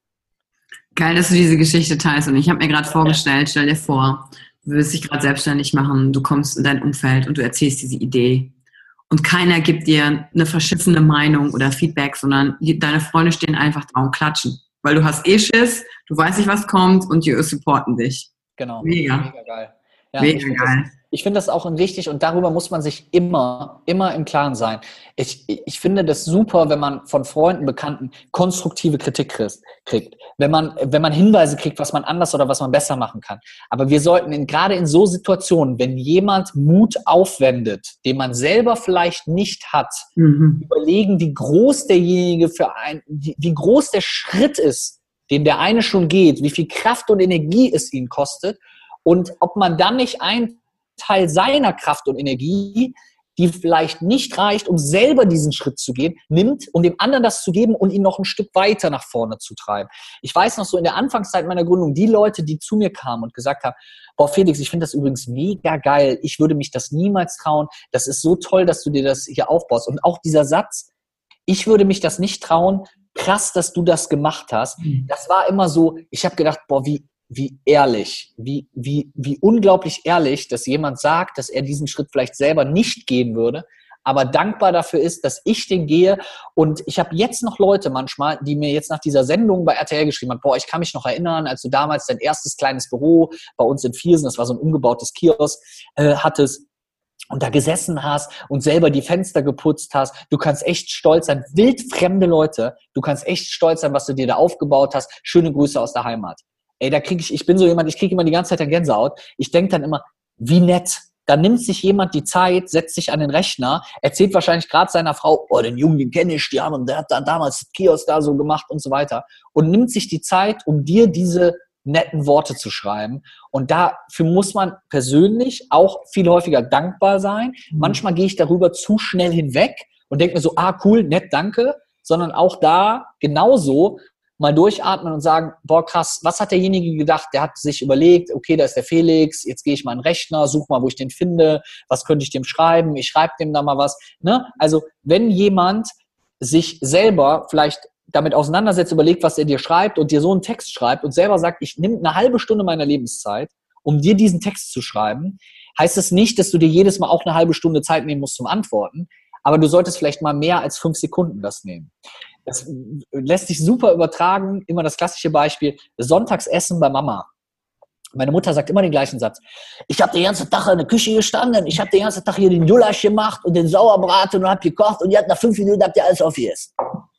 Geil, dass du diese Geschichte teilst. Und ich habe mir gerade vorgestellt, stell dir vor, du willst dich gerade selbstständig machen, du kommst in dein Umfeld und du erzählst diese Idee. Und keiner gibt dir eine verschissene Meinung oder Feedback, sondern deine Freunde stehen einfach da und klatschen. Weil du hast Schiss, du weißt nicht, was kommt und die supporten dich. Genau. Mega Geil. Ja, mega geil. Ich finde das auch wichtig und darüber muss man sich immer im Klaren sein. Ich finde das super, wenn man von Freunden, Bekannten konstruktive Kritik kriegt. Wenn man Hinweise kriegt, was man anders oder was man besser machen kann. Aber wir sollten gerade in so Situationen, wenn jemand Mut aufwendet, den man selber vielleicht nicht hat, überlegen, wie groß derjenige wie groß der Schritt ist, den der eine schon geht, wie viel Kraft und Energie es ihn kostet und ob man dann nicht einen Teil seiner Kraft und Energie, die vielleicht nicht reicht, um selber diesen Schritt zu gehen, nimmt, um dem anderen das zu geben und ihn noch ein Stück weiter nach vorne zu treiben. Ich weiß noch so in der Anfangszeit meiner Gründung, die Leute, die zu mir kamen und gesagt haben, boah Felix, ich finde das übrigens mega geil, ich würde mich das niemals trauen, das ist so toll, dass du dir das hier aufbaust. Und auch dieser Satz, ich würde mich das nicht trauen, krass, dass du das gemacht hast, das war immer so, ich habe gedacht, boah, wie ehrlich, wie unglaublich ehrlich, dass jemand sagt, dass er diesen Schritt vielleicht selber nicht gehen würde, aber dankbar dafür ist, dass ich den gehe. Und ich habe jetzt noch Leute manchmal, die mir jetzt nach dieser Sendung bei RTL geschrieben haben, boah, ich kann mich noch erinnern, als du damals dein erstes kleines Büro bei uns in Viersen, das war so ein umgebautes Kiosk, hattest, und da gesessen hast und selber die Fenster geputzt hast, du kannst echt stolz sein, wildfremde Leute, du kannst echt stolz sein, was du dir da aufgebaut hast. Schöne Grüße aus der Heimat. Ey, ich bin so jemand, ich kriege immer die ganze Zeit eine Gänsehaut. Ich denke dann immer, wie nett. Da nimmt sich jemand die Zeit, setzt sich an den Rechner, erzählt wahrscheinlich gerade seiner Frau, oh, den Jungen, den kenne ich, der hat dann damals das Kiosk da so gemacht und so weiter. Und nimmt sich die Zeit, um dir diese netten Worte zu schreiben. Und dafür muss man persönlich auch viel häufiger dankbar sein. Manchmal gehe ich darüber zu schnell hinweg und denke mir so, cool, nett, danke. Sondern auch da genauso mal durchatmen und sagen, boah krass, was hat derjenige gedacht? Der hat sich überlegt, okay, da ist der Felix, jetzt gehe ich mal in den Rechner, suche mal, wo ich den finde, was könnte ich dem schreiben, ich schreibe dem da mal was. Ne? Also wenn jemand sich selber vielleicht damit auseinandersetzt, überlegt, was er dir schreibt und dir so einen Text schreibt und selber sagt, ich nehme eine halbe Stunde meiner Lebenszeit, um dir diesen Text zu schreiben, heißt es nicht, dass du dir jedes Mal auch eine halbe Stunde Zeit nehmen musst zum Antworten, aber du solltest vielleicht mal mehr als 5 Sekunden das nehmen. Das lässt sich super übertragen. Immer das klassische Beispiel, Sonntagsessen bei Mama. Meine Mutter sagt immer den gleichen Satz. Ich habe den ganzen Tag in der Küche gestanden, ich habe den ganzen Tag hier den Gulasch gemacht und den Sauerbraten und habe gekocht und ihr habt nach 5 Minuten habt ihr alles aufgegessen.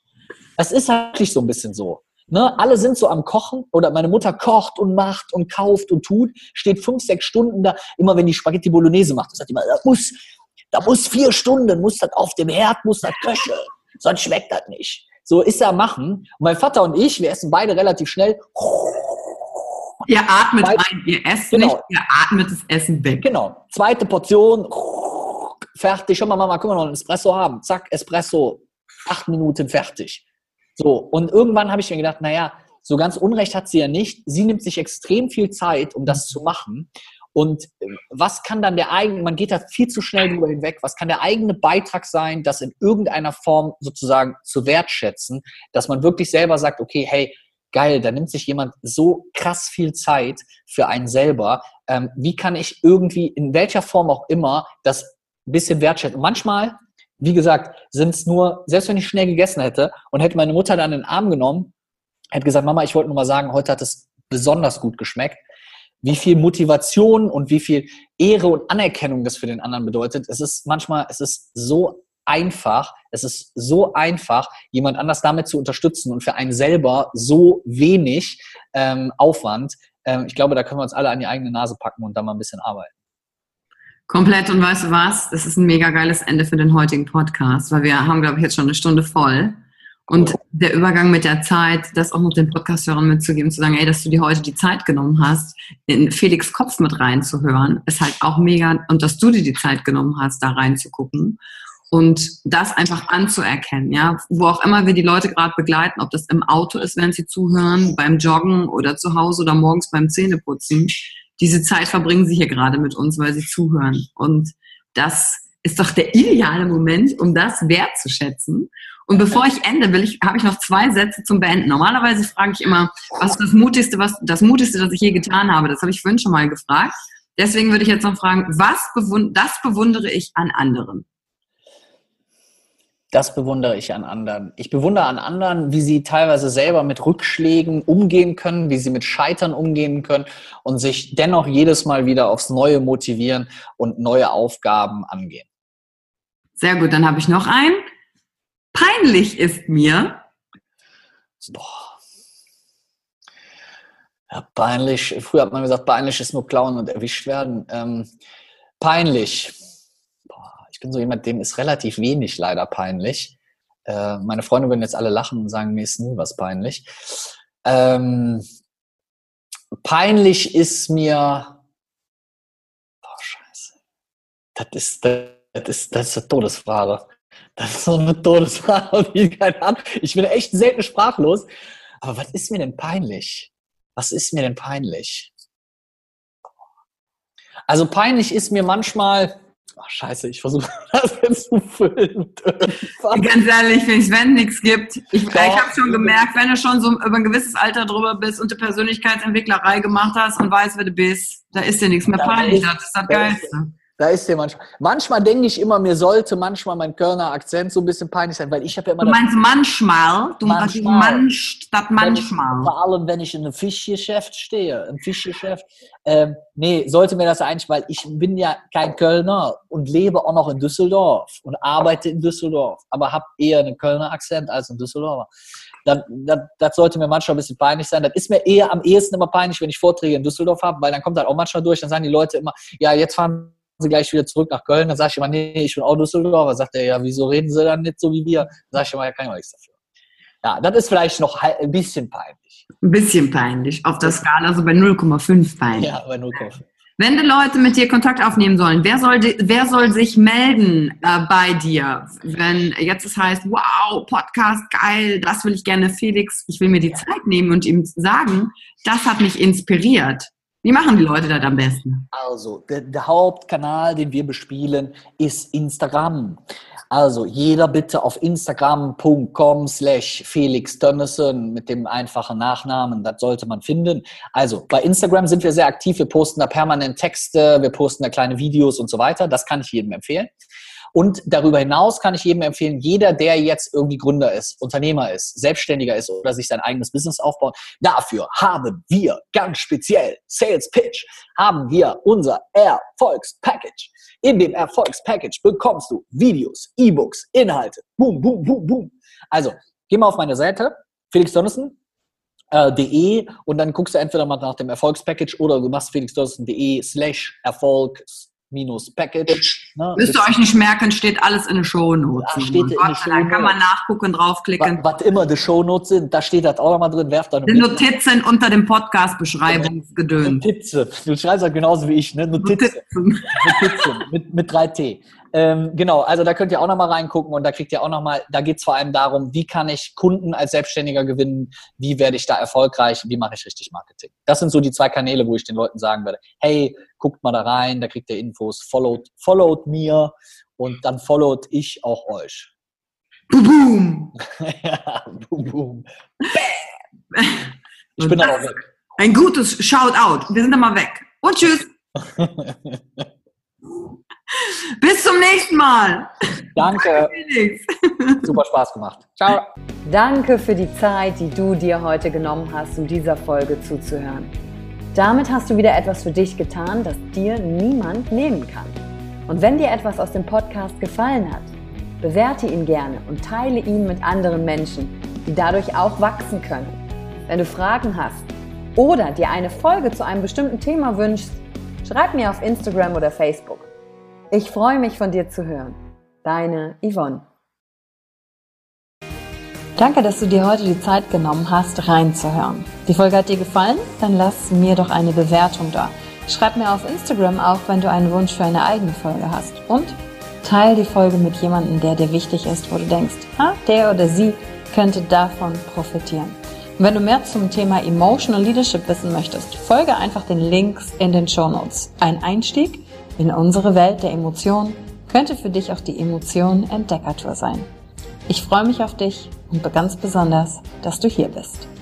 Das ist wirklich so ein bisschen so. Ne? Alle sind so am Kochen oder meine Mutter kocht und macht und kauft und tut, steht 5, 6 Stunden da, immer wenn die Spaghetti Bolognese macht. Das sagt immer, da muss 4 Stunden, muss das auf dem Herd, muss das köcheln, sonst schmeckt das nicht. So ist er machen. Und mein Vater und ich, wir essen beide relativ schnell. Ihr atmet ein, ihr esst nicht, ihr atmet das Essen weg. Genau. 2. Portion, fertig. Schau mal, Mama, können wir noch einen Espresso haben? Zack, Espresso, 8 Minuten fertig. So, und irgendwann habe ich mir gedacht, naja, so ganz Unrecht hat sie ja nicht. Sie nimmt sich extrem viel Zeit, um das zu machen. Und was kann dann man geht da viel zu schnell drüber hinweg, was kann der eigene Beitrag sein, das in irgendeiner Form sozusagen zu wertschätzen, dass man wirklich selber sagt, okay, hey, geil, da nimmt sich jemand so krass viel Zeit für einen selber. Wie kann ich irgendwie, in welcher Form auch immer, das ein bisschen wertschätzen? Und manchmal, wie gesagt, sind es nur, selbst wenn ich schnell gegessen hätte und hätte meine Mutter dann in den Arm genommen, hätte gesagt, Mama, ich wollte nur mal sagen, heute hat es besonders gut geschmeckt. Wie viel Motivation und wie viel Ehre und Anerkennung das für den anderen bedeutet. Es ist so einfach, jemand anders damit zu unterstützen und für einen selber so wenig Aufwand. Ich glaube, da können wir uns alle an die eigene Nase packen und da mal ein bisschen arbeiten. Komplett. Und weißt du was? Das ist ein mega geiles Ende für den heutigen Podcast, weil wir haben, glaube ich, jetzt schon eine Stunde voll. Und der Übergang mit der Zeit, das auch noch den Podcast-Hörern mitzugeben, zu sagen, ey, dass du dir heute die Zeit genommen hast, in Felix Kopf mit reinzuhören, ist halt auch mega. Und dass du dir die Zeit genommen hast, da reinzugucken und das einfach anzuerkennen, ja. Wo auch immer wir die Leute gerade begleiten, ob das im Auto ist, wenn sie zuhören, beim Joggen oder zu Hause oder morgens beim Zähneputzen. diese Zeit verbringen sie hier gerade mit uns, weil sie zuhören. Und das ist doch der ideale Moment, um das wertzuschätzen. Und bevor ich ende, habe ich noch 2 Sätze zum Beenden. Normalerweise frage ich immer, was ist das Mutigste, das ich je getan habe. Das habe ich vorhin schon mal gefragt. Deswegen würde ich jetzt noch fragen, das bewundere ich an anderen. Das bewundere ich an anderen. Ich bewundere an anderen, wie sie teilweise selber mit Rückschlägen umgehen können, wie sie mit Scheitern umgehen können und sich dennoch jedes Mal wieder aufs Neue motivieren und neue Aufgaben angehen. Sehr gut, dann habe ich noch einen. Peinlich ist mir. Boah. Ja, peinlich. Früher hat man gesagt, peinlich ist nur klauen und erwischt werden. Peinlich. Ich bin so jemand, dem ist relativ wenig leider peinlich. Meine Freunde würden jetzt alle lachen und sagen, mir ist nie was peinlich. Peinlich ist mir... Boah, scheiße. Das ist eine Todesfrage. Das ist so eine Todesfrage. Ich bin echt selten sprachlos. Aber was ist mir denn peinlich? Was ist mir denn peinlich? Also peinlich ist mir manchmal... Ach, scheiße, ich versuche das jetzt zu füllen. Ganz ehrlich, wenn es nichts gibt. Ich habe schon gemerkt, wenn du schon so über ein gewisses Alter drüber bist und die Persönlichkeitsentwicklerei gemacht hast und weißt, wer du bist, da ist dir nichts mehr peinlich. Das ist das Geilste. Da ist dir manchmal denke ich immer, mir sollte manchmal mein Kölner Akzent so ein bisschen peinlich sein, weil ich habe ja immer... Du meinst manchmal? Manchmal. Vor allem, wenn ich in einem Fischgeschäft stehe. Im Fischgeschäft. Nee, sollte mir das eigentlich, weil ich bin ja kein Kölner und lebe auch noch in Düsseldorf und arbeite in Düsseldorf, aber habe eher einen Kölner Akzent als ein Düsseldorfer. Das sollte mir manchmal ein bisschen peinlich sein. Das ist mir eher am ehesten immer peinlich, wenn ich Vorträge in Düsseldorf habe, weil dann kommt das auch manchmal durch, dann sagen die Leute immer, ja, jetzt fahren Sie gleich wieder zurück nach Köln. Dann sage ich immer, nee, ich bin auch Düsseldorfer. Sagt er, ja, wieso reden Sie dann nicht so wie wir? Dann sage ich immer, ja, kann ich auch nichts dafür. Ja, das ist vielleicht noch ein bisschen peinlich. Ein bisschen peinlich. Auf der Skala so bei 0,5 peinlich. Ja, bei 0,5. Wenn die Leute mit dir Kontakt aufnehmen sollen, wer soll sich melden bei dir? Wenn jetzt es heißt, wow, Podcast, geil, das will ich gerne, Felix, ich will mir die Zeit nehmen und ihm sagen, das hat mich inspiriert. Wie machen die Leute das am besten? Also, der Hauptkanal, den wir bespielen, ist Instagram. Also, jeder bitte auf instagram.com/Felix Tönnissen mit dem einfachen Nachnamen, das sollte man finden. Also, bei Instagram sind wir sehr aktiv, wir posten da permanent Texte, wir posten da kleine Videos und so weiter. Das kann ich jedem empfehlen. Und darüber hinaus kann ich jedem empfehlen, jeder, der jetzt irgendwie Gründer ist, Unternehmer ist, Selbstständiger ist oder sich sein eigenes Business aufbaut, dafür haben wir ganz speziell Sales Pitch, haben wir unser Erfolgspackage. In dem Erfolgspackage bekommst du Videos, E-Books, Inhalte, boom, boom, boom, boom. Also, geh mal auf meine Seite, felixtönnissen.de und dann guckst du entweder mal nach dem Erfolgspackage oder du machst felixtönnissen.de/Erfolgs-Package. Ne? Müsst ihr euch nicht merken, steht alles in den Shownotes. Da steht in den Shownotes. Da kann man nachgucken, draufklicken. Was immer die Shownotes sind, da steht das auch nochmal drin. Werft da die Notizen unter dem Podcast-Beschreibungsgedöns. Notizen. Du schreibst halt genauso wie ich, ne? Notizen. mit 3T. Genau, also da könnt ihr auch nochmal reingucken und da kriegt ihr auch nochmal, da geht es vor allem darum, wie kann ich Kunden als Selbstständiger gewinnen, wie werde ich da erfolgreich, wie mache ich richtig Marketing. Das sind so die 2 Kanäle, wo ich den Leuten sagen werde, hey, guckt mal da rein, da kriegt ihr Infos, followt mir und dann followt ich auch euch. Boom! Ja, boom, boom. Bam! Ich bin aber weg. Ein gutes Shoutout. Wir sind dann mal weg. Und tschüss. Bis zum nächsten Mal. Danke. Super Spaß gemacht. Ciao. Danke für die Zeit, die du dir heute genommen hast, um dieser Folge zuzuhören. Damit hast du wieder etwas für dich getan, das dir niemand nehmen kann. Und wenn dir etwas aus dem Podcast gefallen hat, bewerte ihn gerne und teile ihn mit anderen Menschen, die dadurch auch wachsen können. Wenn du Fragen hast oder dir eine Folge zu einem bestimmten Thema wünschst, schreib mir auf Instagram oder Facebook. Ich freue mich, von dir zu hören. Deine Yvonne. Danke, dass du dir heute die Zeit genommen hast, reinzuhören. Die Folge hat dir gefallen? Dann lass mir doch eine Bewertung da. Schreib mir auf Instagram auch, wenn du einen Wunsch für eine eigene Folge hast. Und teile die Folge mit jemandem, der dir wichtig ist, wo du denkst, der oder sie könnte davon profitieren. Und wenn du mehr zum Thema Emotional Leadership wissen möchtest, folge einfach den Links in den Shownotes. Ein Einstieg in unsere Welt der Emotionen könnte für dich auch die Emotionen-Entdeckertour sein. Ich freue mich auf dich und ganz besonders, dass du hier bist.